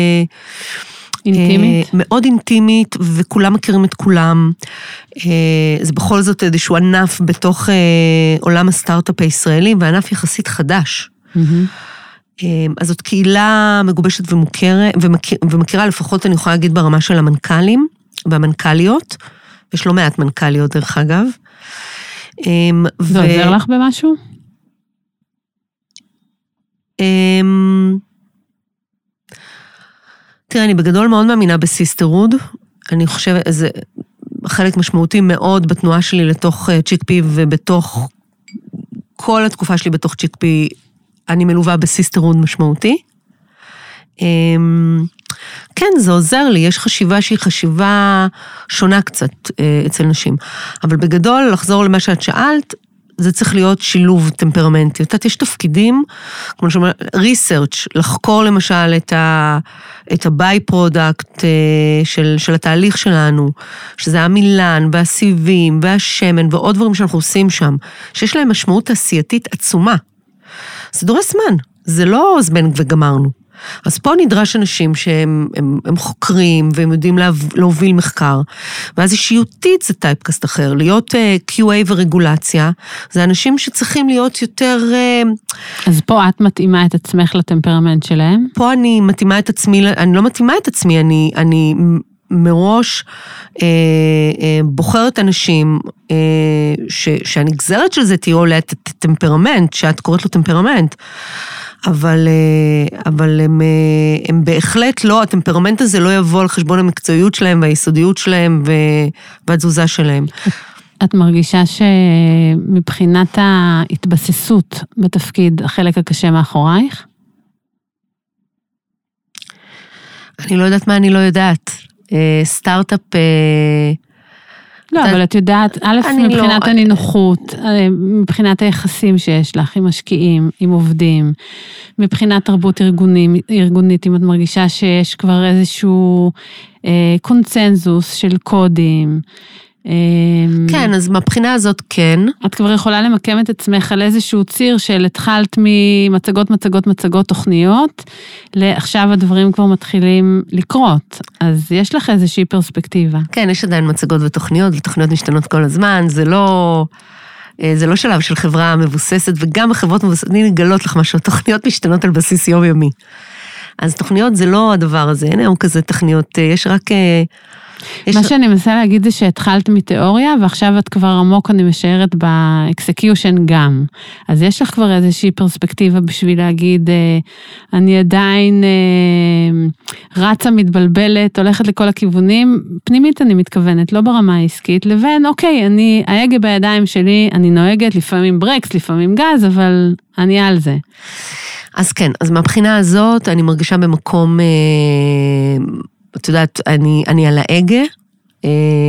אינטימית? מאוד אינטימית, וכולם מכירים את כולם. זה בכל זאת איזשהו ענף בתוך עולם הסטארט-אפ הישראלי, וענף יחסית חדש. אז זאת קהילה מגובשת ומוכרת, ומכירה לפחות, אני יכולה להגיד ברמה של המנכ"לים, והמנכ"ליות, יש לא מעט מנכ"ליות דרך אגב. זה עוזר לך במשהו? תראה, אני בגדול מאוד מאמינה בסיסטרוד, אני חושבת, זה חלק משמעותי מאוד בתנועה שלי לתוך צ'יקפי, ובתוך כל התקופה שלי בתוך צ'יקפי, אני מלווה בסיסטרוד משמעותי. כן, זה עוזר לי, יש חשיבה שהיא חשיבה שונה קצת אצל נשים. אבל בגדול, לחזור למה שאת שאלת, זה צריך להיות שילוב טמפרמנטי. יודעת, יש תפקידים, כמו שאומר, ריסרצ', לחקור למשל את ה, את הביי פרודקט של, של התהליך שלנו, שזה המילן והסיבים והשמן ועוד דברים שאנחנו עושים שם, שיש להם משמעות תעשייתית עצומה. זה דורס זמן, זה לא זמן וגמרנו. אז פה נדרש אנשים שהם הם, הם חוקרים, והם יודעים להוביל מחקר, ואז אישיותית זה טייפקאסט אחר, להיות uh, קיו איי ורגולציה, זה אנשים שצריכים להיות יותר... Uh, אז פה את מתאימה את עצמך לטמפרמנט שלהם? פה אני מתאימה את עצמי, אני לא מתאימה את עצמי, אני... אני מראש אה, אה, בוחרת אנשים אה, ש, שהנגזרת של זה תהיה עולה את הטמפרמנט, שאת קוראת לו טמפרמנט, אבל, אבל הם, הם בהחלט לא, הטמפרמנט הזה לא יבוא על חשבון המקצועיות שלהם והיסודיות שלהם והתזוזה שלהם. את מרגישה שמבחינת ההתבססות בתפקיד, החלק הקשה מאחורייך? אני לא יודעת מה אני לא יודעת. סטארט-אפ... לא, אבל את יודעת, א', מבחינת הנינוחות, מבחינת היחסים שיש לך עם משקיעים, עם עובדים, מבחינת תרבות ארגונית, אם את מרגישה שיש כבר איזשהו קונצנזוס של קודים. כן, אז מבחינה הזאת כן. את כבר יכולה למקם את עצמך על איזשהו ציר של התחלת ממצגות, מצגות, מצגות, תוכניות, לעכשיו הדברים כבר מתחילים לקרות. אז יש לך איזושהי פרספקטיבה. כן, יש עדיין מצגות ותוכניות, ותוכניות משתנות כל הזמן, זה לא... זה לא שלב של חברה מבוססת, וגם בחברות מבוססת, אני נגלות לך משהו, תוכניות משתנות על בסיס יומיומי. אז תוכניות זה לא הדבר הזה, אין היום כזה תוכניות, יש רק... מה שאני מנסה להגיד זה שהתחלת מתיאוריה, ועכשיו את כבר עמוק, אני משערת, באקסקיושן גם. אז יש לך כבר איזושהי פרספקטיבה בשביל להגיד, אני עדיין רצה, מתבלבלת, הולכת לכל הכיוונים, פנימית אני מתכוונת, לא ברמה העסקית, לבין, אוקיי, אני, ההגה בידיים שלי, אני נוהגת, לפעמים ברקס, לפעמים גז, אבל אני על זה. אז כן, אז מהבחינה הזאת, אני מרגישה במקום, אה, את יודעת, אני, אני על ההגה, אה,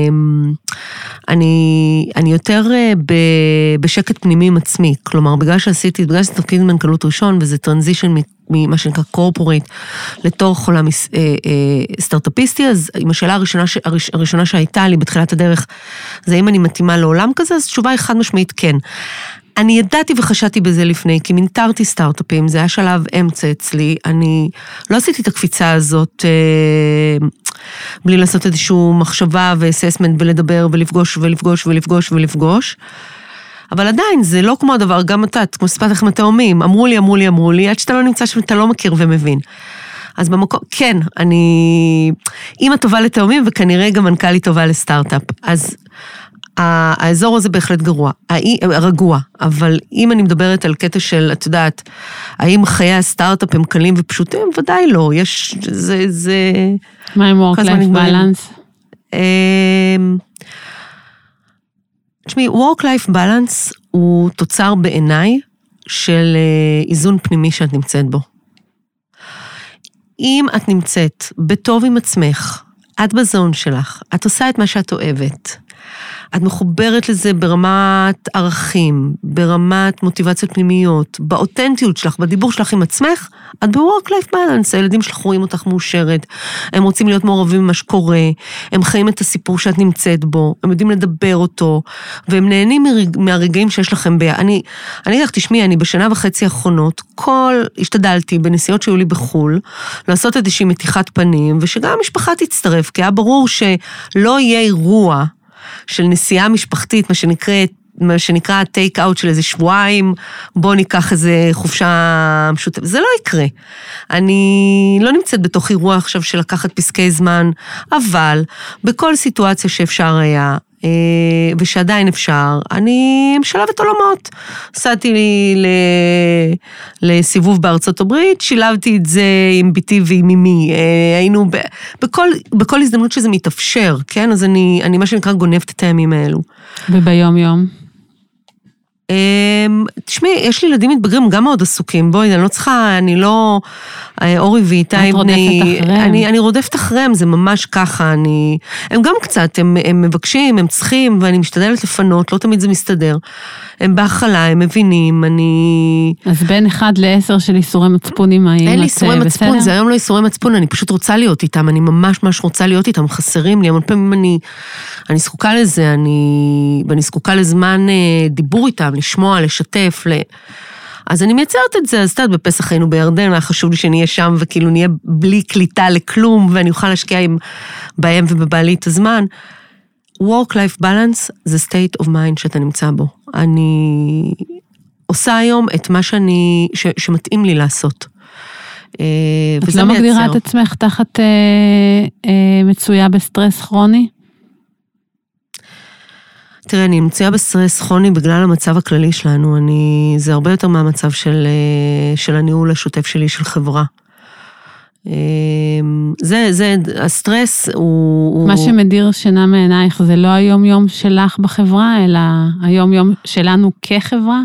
אני, אני יותר אה, ב, בשקט פנימי עם עצמי, כלומר, בגלל שעשיתי, בגלל שזה תפקיד מנכ"לות ראשון, וזה טרנזישן ממה שנקרא קורפורייט, לתוך עולם אה, אה, סטארט-אפיסטי, אז עם השאלה הראשונה, הראשונה שהייתה לי בתחילת הדרך, זה אם אני מתאימה לעולם כזה, אז תשובה היא חד משמעית כן. אני ידעתי וחשבתי בזה לפני, כי מנטרתי סטארט-אפים, זה היה שלב אמצע אצלי, אני לא עשיתי את הקפיצה הזאת אה, בלי לעשות איזשהו מחשבה ואססמנט ולדבר ולפגוש ולפגוש ולפגוש ולפגוש, אבל עדיין זה לא כמו הדבר, גם אתה, כמו ספת לכם התאומים, אמרו לי, אמרו לי, אמרו לי, עד שאתה לא נמצא שם, אתה לא מכיר ומבין. אז במקום, כן, אני אימא טובה לתאומים, וכנראה גם מנכ"לית טובה לסטארט-אפ, אז האזור הזה בהחלט גרוע, רגוע, אבל אם אני מדברת על קטע של, את יודעת, האם חיי הסטארט-אפ הם קלים ופשוטים? ודאי לא, יש, זה, זה... מה עם work-life balance? תשמעי, work-life balance הוא תוצר בעיניי של איזון פנימי שאת נמצאת בו. אם את נמצאת בטוב עם עצמך, את בזון שלך, את עושה את מה שאת אוהבת, את מחוברת לזה ברמת ערכים, ברמת מוטיבציות פנימיות, באותנטיות שלך, בדיבור שלך עם עצמך, את ב-work-life balance, הילדים שלך רואים אותך מאושרת, הם רוצים להיות מעורבים במה שקורה, הם חיים את הסיפור שאת נמצאת בו, הם יודעים לדבר אותו, והם נהנים מהרגעים שיש לכם ביחד. אני, אני אגיד לך, תשמעי, אני בשנה וחצי האחרונות, כל, השתדלתי בנסיעות שהיו לי בחול, לעשות איזושהי מתיחת פנים, ושגם המשפחה תצטרף, כי היה ברור שלא יהיה אירוע, של נסיעה משפחתית, מה שנקרא, מה שנקרא טייק אאוט של איזה שבועיים, בוא ניקח איזה חופשה משותפת. זה לא יקרה. אני לא נמצאת בתוך אירוע עכשיו של לקחת פסקי זמן, אבל בכל סיטואציה שאפשר היה, ושעדיין אפשר, אני משלבת עולמות. עשיתי לי לסיבוב בארצות הברית, שילבתי את זה עם ביתי ועם אמי, היינו בכל, בכל הזדמנות שזה מתאפשר, כן? אז אני, אני מה שנקרא גונבת את הימים האלו. וביום יום? תשמעי, יש לי ילדים מתבגרים גם מאוד עסוקים, בואי, אני לא צריכה, אני לא, אורי ואיתי, את רודפת אחריהם. אני, אני רודפת אחריהם, זה ממש ככה, אני, הם גם קצת, הם, הם מבקשים, הם צריכים, ואני משתדלת לפנות, לא תמיד זה מסתדר, הם בהחלה, הם מבינים, אני... אז בין אחד לעשר של איסורי מצפון עם האם, אין לי איסורי מצפון, זה היום לא איסורי מצפון, אני פשוט רוצה להיות איתם, אני ממש ממש רוצה להיות איתם, חסרים לי, אבל פעמים אני, אני זקוקה לזה, אני, ואני זקוקה לזמן דיבור איתם, לשמוע, לשתף, ל... אז אני מייצרת את זה, אז תד, בפסח היינו בירדן, היה חשוב לי שנהיה שם, וכאילו נהיה בלי קליטה לכלום, ואני אוכל להשקיע עם, בהם ובבעלי את הזמן. Work-life balance זה state of mind שאתה נמצא בו. אני עושה היום את מה שאני, ש, שמתאים לי לעשות. את לא מגדירה את עצמך תחת אה, אה, מצויה בסטרס כרוני? תראה, אני מצויה בסטרס כרוני בגלל המצב הכללי שלנו, אני, זה הרבה יותר מהמצב של, של הניהול השוטף שלי של חברה. זה, זה, הסטרס הוא... מה שמדיר שינה מעינייך זה לא היום יום שלך בחברה, אלא היום יום שלנו כחברה?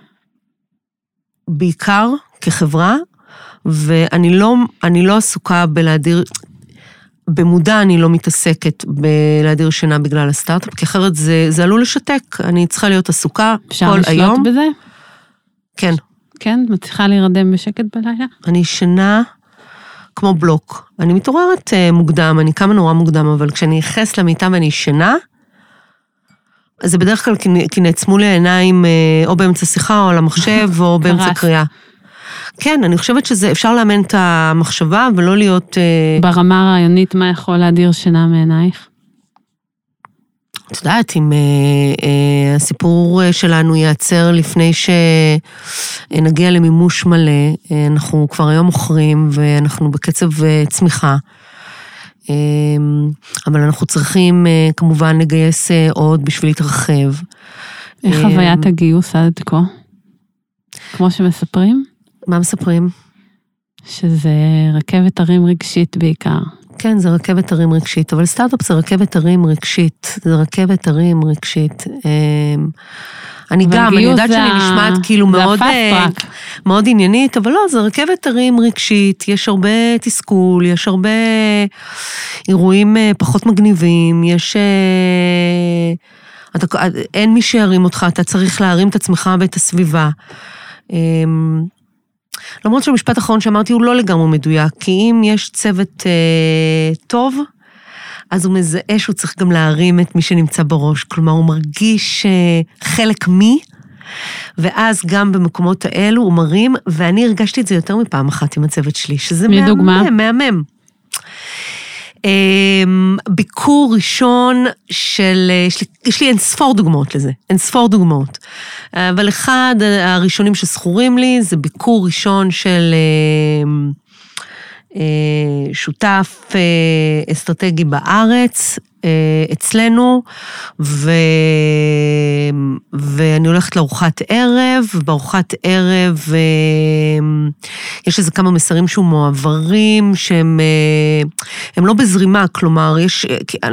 בעיקר כחברה, ואני לא, אני לא עסוקה בלהדיר... במודע אני לא מתעסקת בלהדיר שינה בגלל הסטארט-אפ, כי אחרת זה, זה עלול לשתק, אני צריכה להיות עסוקה כל היום. אפשר לשלוט בזה? כן. כן? מצליחה להירדם בשקט בלילה? אני שינה כמו בלוק. אני מתעוררת מוקדם, אני קמה נורא מוקדם, אבל כשאני אחס למיטה ואני שינה, אז זה בדרך כלל כי נעצמו לי העיניים או באמצע שיחה או על המחשב או באמצע קריאה. כן, אני חושבת שזה, אפשר לאמן את המחשבה ולא להיות... ברמה הרעיונית, מה יכול להדיר שינה מעינייך? את יודעת, אם אה, אה, הסיפור שלנו ייעצר לפני שנגיע למימוש מלא, אה, אנחנו כבר היום מוכרים ואנחנו בקצב צמיחה. אבל אנחנו צריכים כמובן לגייס עוד בשביל להתרחב. איך חוויית הגיוס עד כה? כמו שמספרים? מה מספרים? שזה רכבת הרים רגשית בעיקר. כן, זה רכבת הרים רגשית, אבל סטארט-אפ זה רכבת הרים רגשית, זה רכבת הרים רגשית. אני גם, אני יודעת שאני נשמעת כאילו מאוד, מאוד עניינית, אבל לא, זה רכבת הרים רגשית, יש הרבה תסכול, יש הרבה אירועים פחות מגניבים, יש... אתה, אין מי שירים אותך, אתה צריך להרים את עצמך ואת הסביבה. למרות שהמשפט האחרון שאמרתי הוא לא לגמרי מדויק, כי אם יש צוות אה, טוב, אז הוא מזהה שהוא צריך גם להרים את מי שנמצא בראש, כלומר הוא מרגיש אה, חלק מי, ואז גם במקומות האלו הוא מרים, ואני הרגשתי את זה יותר מפעם אחת עם הצוות שלי, שזה מהמם, מהמם. ביקור ראשון של, יש לי, יש לי אין ספור דוגמאות לזה, אין ספור דוגמאות. אבל אחד הראשונים שזכורים לי, זה ביקור ראשון של שותף אסטרטגי בארץ, אצלנו, ו... ואני הולכת לארוחת ערב, ובארוחת ערב יש איזה כמה מסרים שהוא מועברים, שהם הם לא בזרימה, כלומר, יש,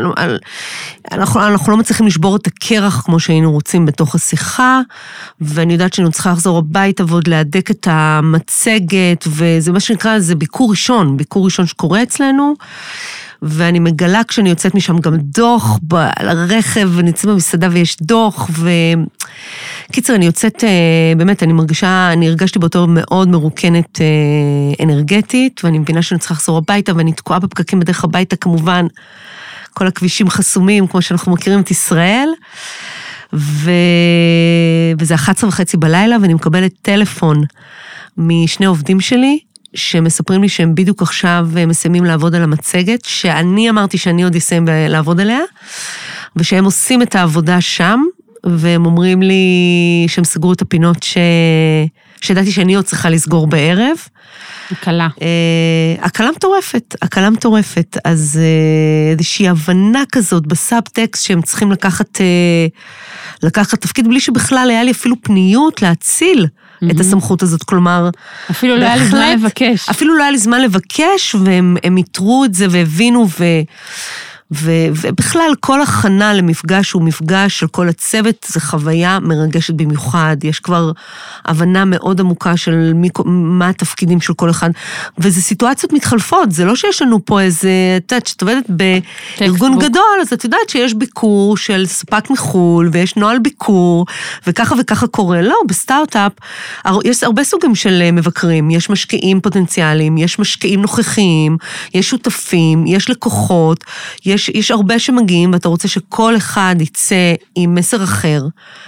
אנחנו, אנחנו לא מצליחים לשבור את הקרח כמו שהיינו רוצים בתוך השיחה, ואני יודעת שאני צריכה לחזור הביתה ועוד להדק את המצגת, וזה מה שנקרא, זה ביקור ראשון, ביקור ראשון שקורה אצלנו, ואני מגלה כשאני יוצאת משם גם דוח על הרכב, ונצא במסעדה ויש דוח, וקיצר, אני יוצאת, באמת, אני מרגישה, אני הרגשתי באותו מאוד מרוקנת אנרגטית, ואני מבינה שאני צריכה לחזור הביתה, ואני תקועה בפקקים בדרך הביתה, כמובן, כל הכבישים חסומים, כמו שאנחנו מכירים את ישראל, ו... וזה אחת עשרה וחצי בלילה, ואני מקבלת טלפון משני עובדים שלי, שמספרים לי שהם בדיוק עכשיו מסיימים לעבוד על המצגת, שאני אמרתי שאני עוד אסיים לעבוד עליה, ושהם עושים את העבודה שם, והם אומרים לי שהם סגרו את הפינות ש... שידעתי שאני עוד צריכה לסגור בערב. הקלה. הקלה מטורפת, הקלה מטורפת. אז איזושהי הבנה כזאת בסאב-טקסט שהם צריכים לקחת, לקחת תפקיד, בלי שבכלל היה לי אפילו פניות להציל את הסמכות הזאת, כלומר... אפילו לא היה לי זמן לבקש. אפילו לא היה לי זמן לבקש, והם יתרו את זה והבינו, ו... ו- ובכלל כל הכנה למפגש הוא מפגש של כל הצוות, זה חוויה מרגשת במיוחד, יש כבר הבנה מאוד עמוקה של מי, מה התפקידים של כל אחד, וזה סיטואציות מתחלפות, זה לא שיש לנו פה איזה, את יודעת, שאת עובדת בארגון גדול, אז את יודעת שיש ביקור של ספק מחול, ויש נוהל ביקור, וככה וככה קורה, לא, בסטארט-אפ, יש הרבה סוגים של מבקרים, יש משקיעים פוטנציאליים, יש משקיעים נוכחיים, יש שותפים, יש לקוחות, יש יש, יש הרבה שמגיעים, ואתה רוצה שכל אחד יצא עם מסר אחר.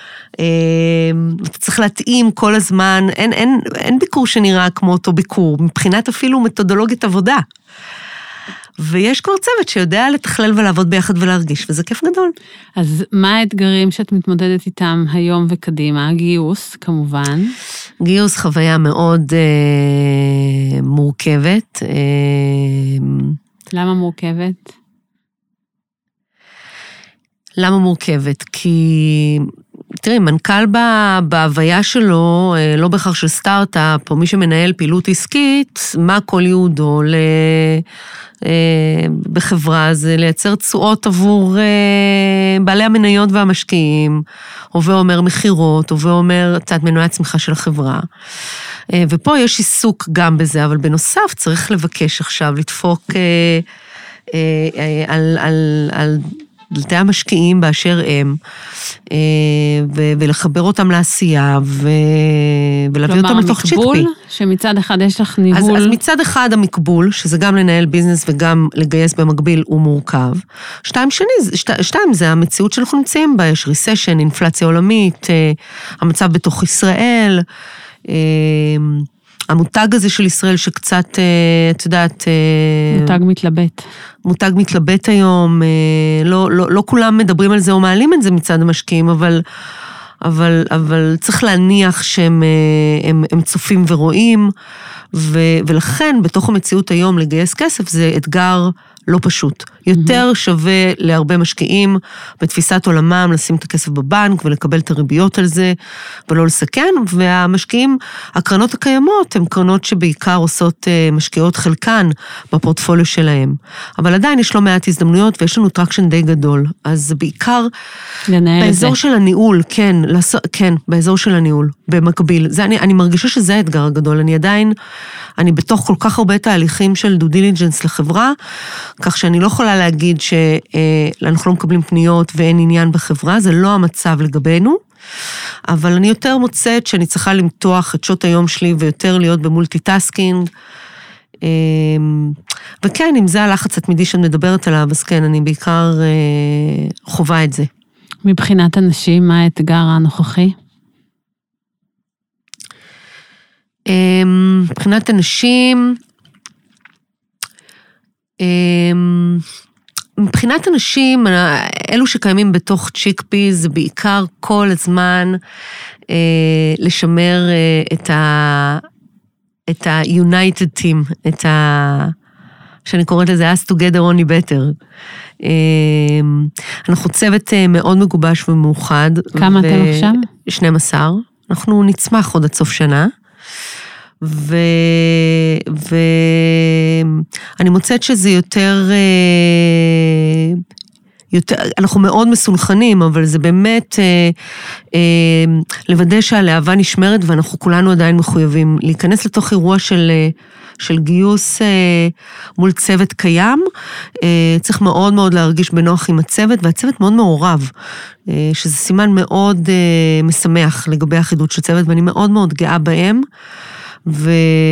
אתה צריך להתאים כל הזמן, אין, אין, אין ביקור שנראה כמו אותו ביקור, מבחינת אפילו מתודולוגית עבודה. ויש כבר צוות שיודע לתכלל ולעבוד ביחד ולהרגיש, וזה כיף גדול. אז מה האתגרים שאת מתמודדת איתם היום וקדימה? גיוס, כמובן. גיוס חוויה מאוד אה, מורכבת. אה, למה מורכבת? למה מורכבת? כי, תראי, מנכ"ל בהוויה שלו, לא בהכרח של סטארט-אפ, או מי שמנהל פעילות עסקית, מה כל ייעודו בחברה, זה לייצר תשואות עבור בעלי המניות והמשקיעים, הווה אומר מחירות, הווה אומר צד מנועי הצמיחה של החברה. ופה יש עיסוק גם בזה, אבל בנוסף צריך לבקש עכשיו, לדפוק על... על, על דלתי המשקיעים באשר הם, ולחבר אותם לעשייה, ולהביא אותם לתוך צ'יטפי. כלומר, המקבול, שמצד אחד יש לך ניהול... אז, אז מצד אחד המקבול, שזה גם לנהל ביזנס וגם לגייס במקביל, הוא מורכב. שתיים שני, שת, שתיים זה המציאות שאנחנו נמצאים בה, יש ריסשן, אינפלציה עולמית, המצב בתוך ישראל, המותג הזה של ישראל שקצת, את יודעת... מותג מתלבט. מותג מתלבט היום, לא, לא, לא כולם מדברים על זה או מעלים את זה מצד המשקיעים, אבל, אבל, אבל צריך להניח שהם הם, הם צופים ורואים, ו, ולכן בתוך המציאות היום לגייס כסף זה אתגר לא פשוט. יותר mm-hmm. שווה להרבה משקיעים בתפיסת עולמם לשים את הכסף בבנק ולקבל את הריביות על זה ולא לסכן, והמשקיעים, הקרנות הקיימות, הן קרנות שבעיקר עושות משקיעות חלקן בפורטפוליו שלהם. אבל עדיין יש לא מעט הזדמנויות ויש לנו טרקשן די גדול. אז בעיקר באזור של הניהול, כן, לעשות, כן, באזור של הניהול, במקביל. זה, אני, אני מרגישה שזה האתגר הגדול. אני עדיין, אני בתוך כל כך הרבה תהליכים של דו דיליג'נס לחברה, כך שאני לא יכולה להגיד שאנחנו לא מקבלים פניות ואין עניין בחברה, זה לא המצב לגבינו, אבל אני יותר מוצאת שאני צריכה למתוח את שעות היום שלי ויותר להיות במולטיטאסקינג, וכן, אם זה הלחץ התמידי שאני מדברת עליו, אז כן, אני בעיקר חובה את זה. מבחינת אנשים, מה האתגר הנוכחי? מבחינת אנשים, מבחינת אנשים, אלו שקיימים בתוך צ'יקפי, זה בעיקר כל הזמן לשמר את ה... את ה-United Team, את ה... שאני קוראת לזה, us together only better. אנחנו צוות מאוד מגובש ומאוחד. כמה ו... אתם עכשיו? שנים עשר. אנחנו נצמח עוד עד סוף שנה. ו... ואני מוצאת שזה יותר... יותר, אנחנו מאוד מסולחנים, אבל זה באמת אה, אה, לוודא שהלהבה נשמרת, ואנחנו כולנו עדיין מחויבים להיכנס לתוך אירוע של, של גיוס אה, מול צוות קיים, אה, צריך מאוד מאוד להרגיש בנוח עם הצוות, והצוות מאוד מעורב, אה, שזה סימן מאוד אה, משמח לגבי החידוד של צוות, ואני מאוד מאוד גאה בהם, ו...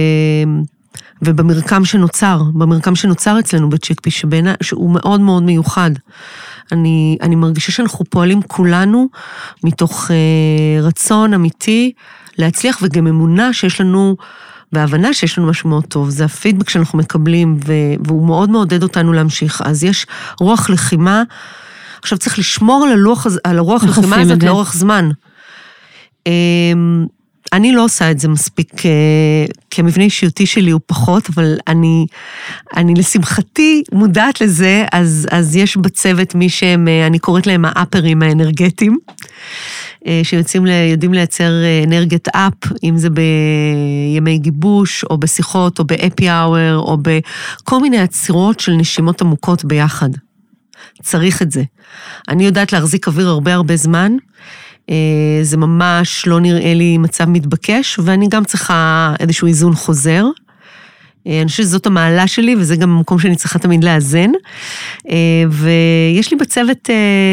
ובמרקם שנוצר, במרקם שנוצר אצלנו בצ'יקפי, שבינה, שהוא מאוד מאוד מיוחד. אני, אני מרגישה שאנחנו פועלים כולנו מתוך אה, רצון אמיתי להצליח, וגם אמונה שיש לנו, והבנה שיש לנו משהו מאוד טוב. זה הפידבק שאנחנו מקבלים, ו, והוא מאוד מעודד אותנו להמשיך. אז יש רוח לחימה, עכשיו צריך לשמור על, הלוח, על הרוח לחימה הזאת לאורך זמן. אה, אני לא עושה את זה מספיק, כי המבנה אישיותי שלי הוא פחות, אבל אני, אני לשמחתי מודעת לזה, אז, אז יש בצוות מי שהם, אני קוראת להם האפרים האנרגטיים, שיוצאים, יודעים לייצר אנרגיית אפ, אם זה בימי גיבוש, או בשיחות, או באפי אאואר, או בכל מיני עצירות של נשימות עמוקות ביחד. צריך את זה. אני יודעת להחזיק אוויר הרבה הרבה זמן, זה ממש לא נראה לי מצב מתבקש, ואני גם צריכה איזשהו איזון חוזר. אני חושבת שזאת המעלה שלי, וזה גם המקום שאני צריכה תמיד לאזן. ויש לי בצוות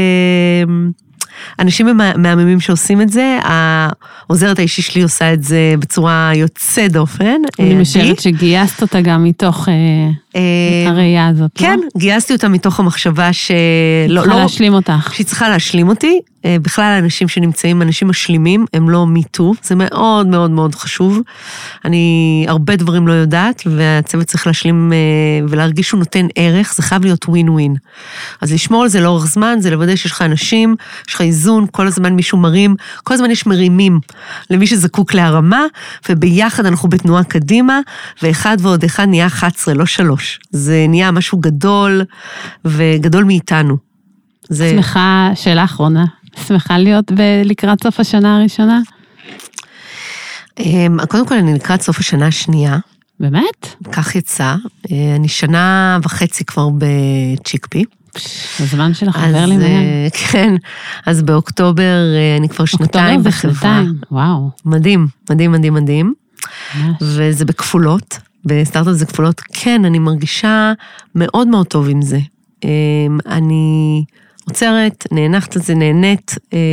אנשים מהממים שעושים את זה, העוזרת האישי שלי עושה את זה בצורה יוצא דופן. אני משערת שגייסת אותה גם מתוך הראייה הזאת, לא? כן, גייסתי אותה מתוך המחשבה ש... צריכה להשלים אותך. שהיא צריכה להשלים אותי. בכלל האנשים שנמצאים, אנשים משלימים, הם לא מיטו, זה מאוד מאוד מאוד חשוב. אני הרבה דברים לא יודעת, והצוות צריך להשלים ולהרגיש שהוא נותן ערך, זה חייב להיות ווין ווין. אז לשמור על זה לאורך זמן, זה לוודא שיש לך אנשים, יש לך איזון, כל הזמן מישהו מרים, כל הזמן יש מרימים למי שזקוק להרמה, וביחד אנחנו בתנועה קדימה, ואחד ועוד אחד נהיה אחת עשרה, לא שלוש. זה נהיה משהו גדול, וגדול מאיתנו. זה... שמחה, שאלה אחרונה. שמחה להיות לקראת סוף השנה הראשונה? קודם כל, אני לקראת סוף השנה השנייה. באמת? כך יצא. אני שנה וחצי כבר בצ'יקפי. הזמן שלך עובר לי מהר. כן, אז באוקטובר אני כבר שנתיים בחברה. וואו. מדהים, מדהים, מדהים, מדהים. וזה בכפולות, בסטארט-אפ זה כפולות. כן, אני מרגישה מאוד מאוד טוב עם זה. אני... עוצרת, נהנחת את זה, נהנית,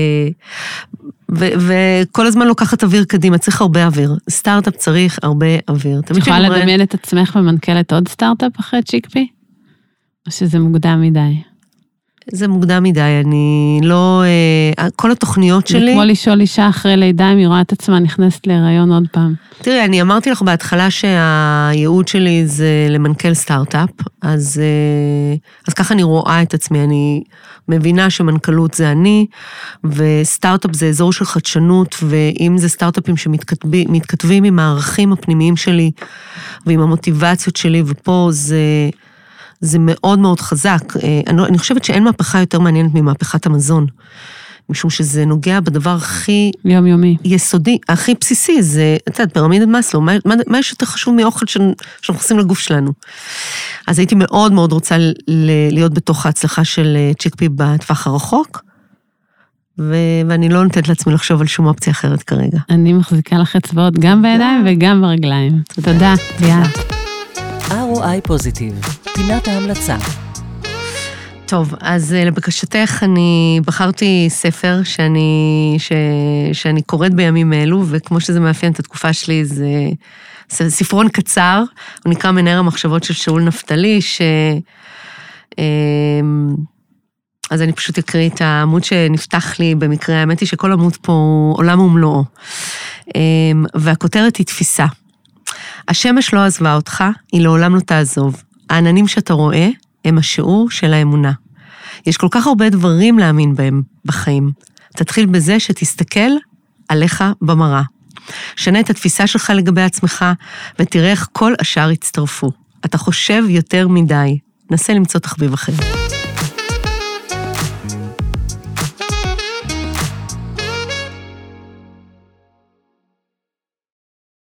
וכל הזמן לוקחת אוויר קדימה, צריך הרבה אוויר. סטארט-אפ צריך הרבה אוויר. את יכולה לדמיין את עצמך ומנכלת עוד סטארט-אפ אחרי צ'יקפי? או שזה מוקדם מדי? זה מוקדם מדי, אני לא... כל התוכניות שלי... זה כמו לשאול אישה אחרי לידה, אם היא רואה את עצמה נכנסת להיריון עוד פעם. תראי, אני אמרתי לך בהתחלה שהייעוד שלי זה למנכ"ל סטארט-אפ, אז, אז ככה אני רואה את עצמי, אני מבינה שמנכ"לות זה אני, וסטארט-אפ זה אזור של חדשנות, ואם זה סטארט-אפים שמתכתבים עם הערכים הפנימיים שלי, ועם המוטיבציות שלי, ופה זה... זה מאוד מאוד חזק. אני, אני חושבת שאין מהפכה יותר מעניינת ממהפכת המזון. משום שזה נוגע בדבר הכי... יומיומי. יסודי, הכי בסיסי, זה, אתה יודע, פירמידת מאסלו, מה, מה, מה יש יותר חשוב מאוכל שאנחנו עושים לגוף שלנו? אז הייתי מאוד מאוד רוצה ל, להיות בתוך ההצלחה של צ'יקפי בטווח הרחוק, ו, ואני לא נותנת לעצמי לחשוב על שום אופציה אחרת כרגע. אני מחזיקה לך אצבעות גם בידיים וגם ברגליים. תודה, ליאת. אר או איי פוזיטיב, פינת ההמלצה. טוב, אז לבקשתך אני בחרתי ספר שאני, ש, שאני קוראת בימים אלו, וכמו שזה מאפיין את התקופה שלי, זה ספרון קצר, הוא נקרא מנהר המחשבות של שאול נפתלי, ש... אז אני פשוט אקריא את העמוד שנפתח לי במקרה, האמת היא שכל עמוד פה הוא עולם ומלואו. והכותרת היא תפיסה. השמש לא עזבה אותך, היא לעולם לא תעזוב. העננים שאתה רואה, הם השיעור של האמונה. יש כל כך הרבה דברים להאמין בהם בחיים. תתחיל בזה שתסתכל עליך במראה. שנה את התפיסה שלך לגבי עצמך, ותראה איך כל השאר יצטרפו. אתה חושב יותר מדי. נסה למצוא תחביב אחר.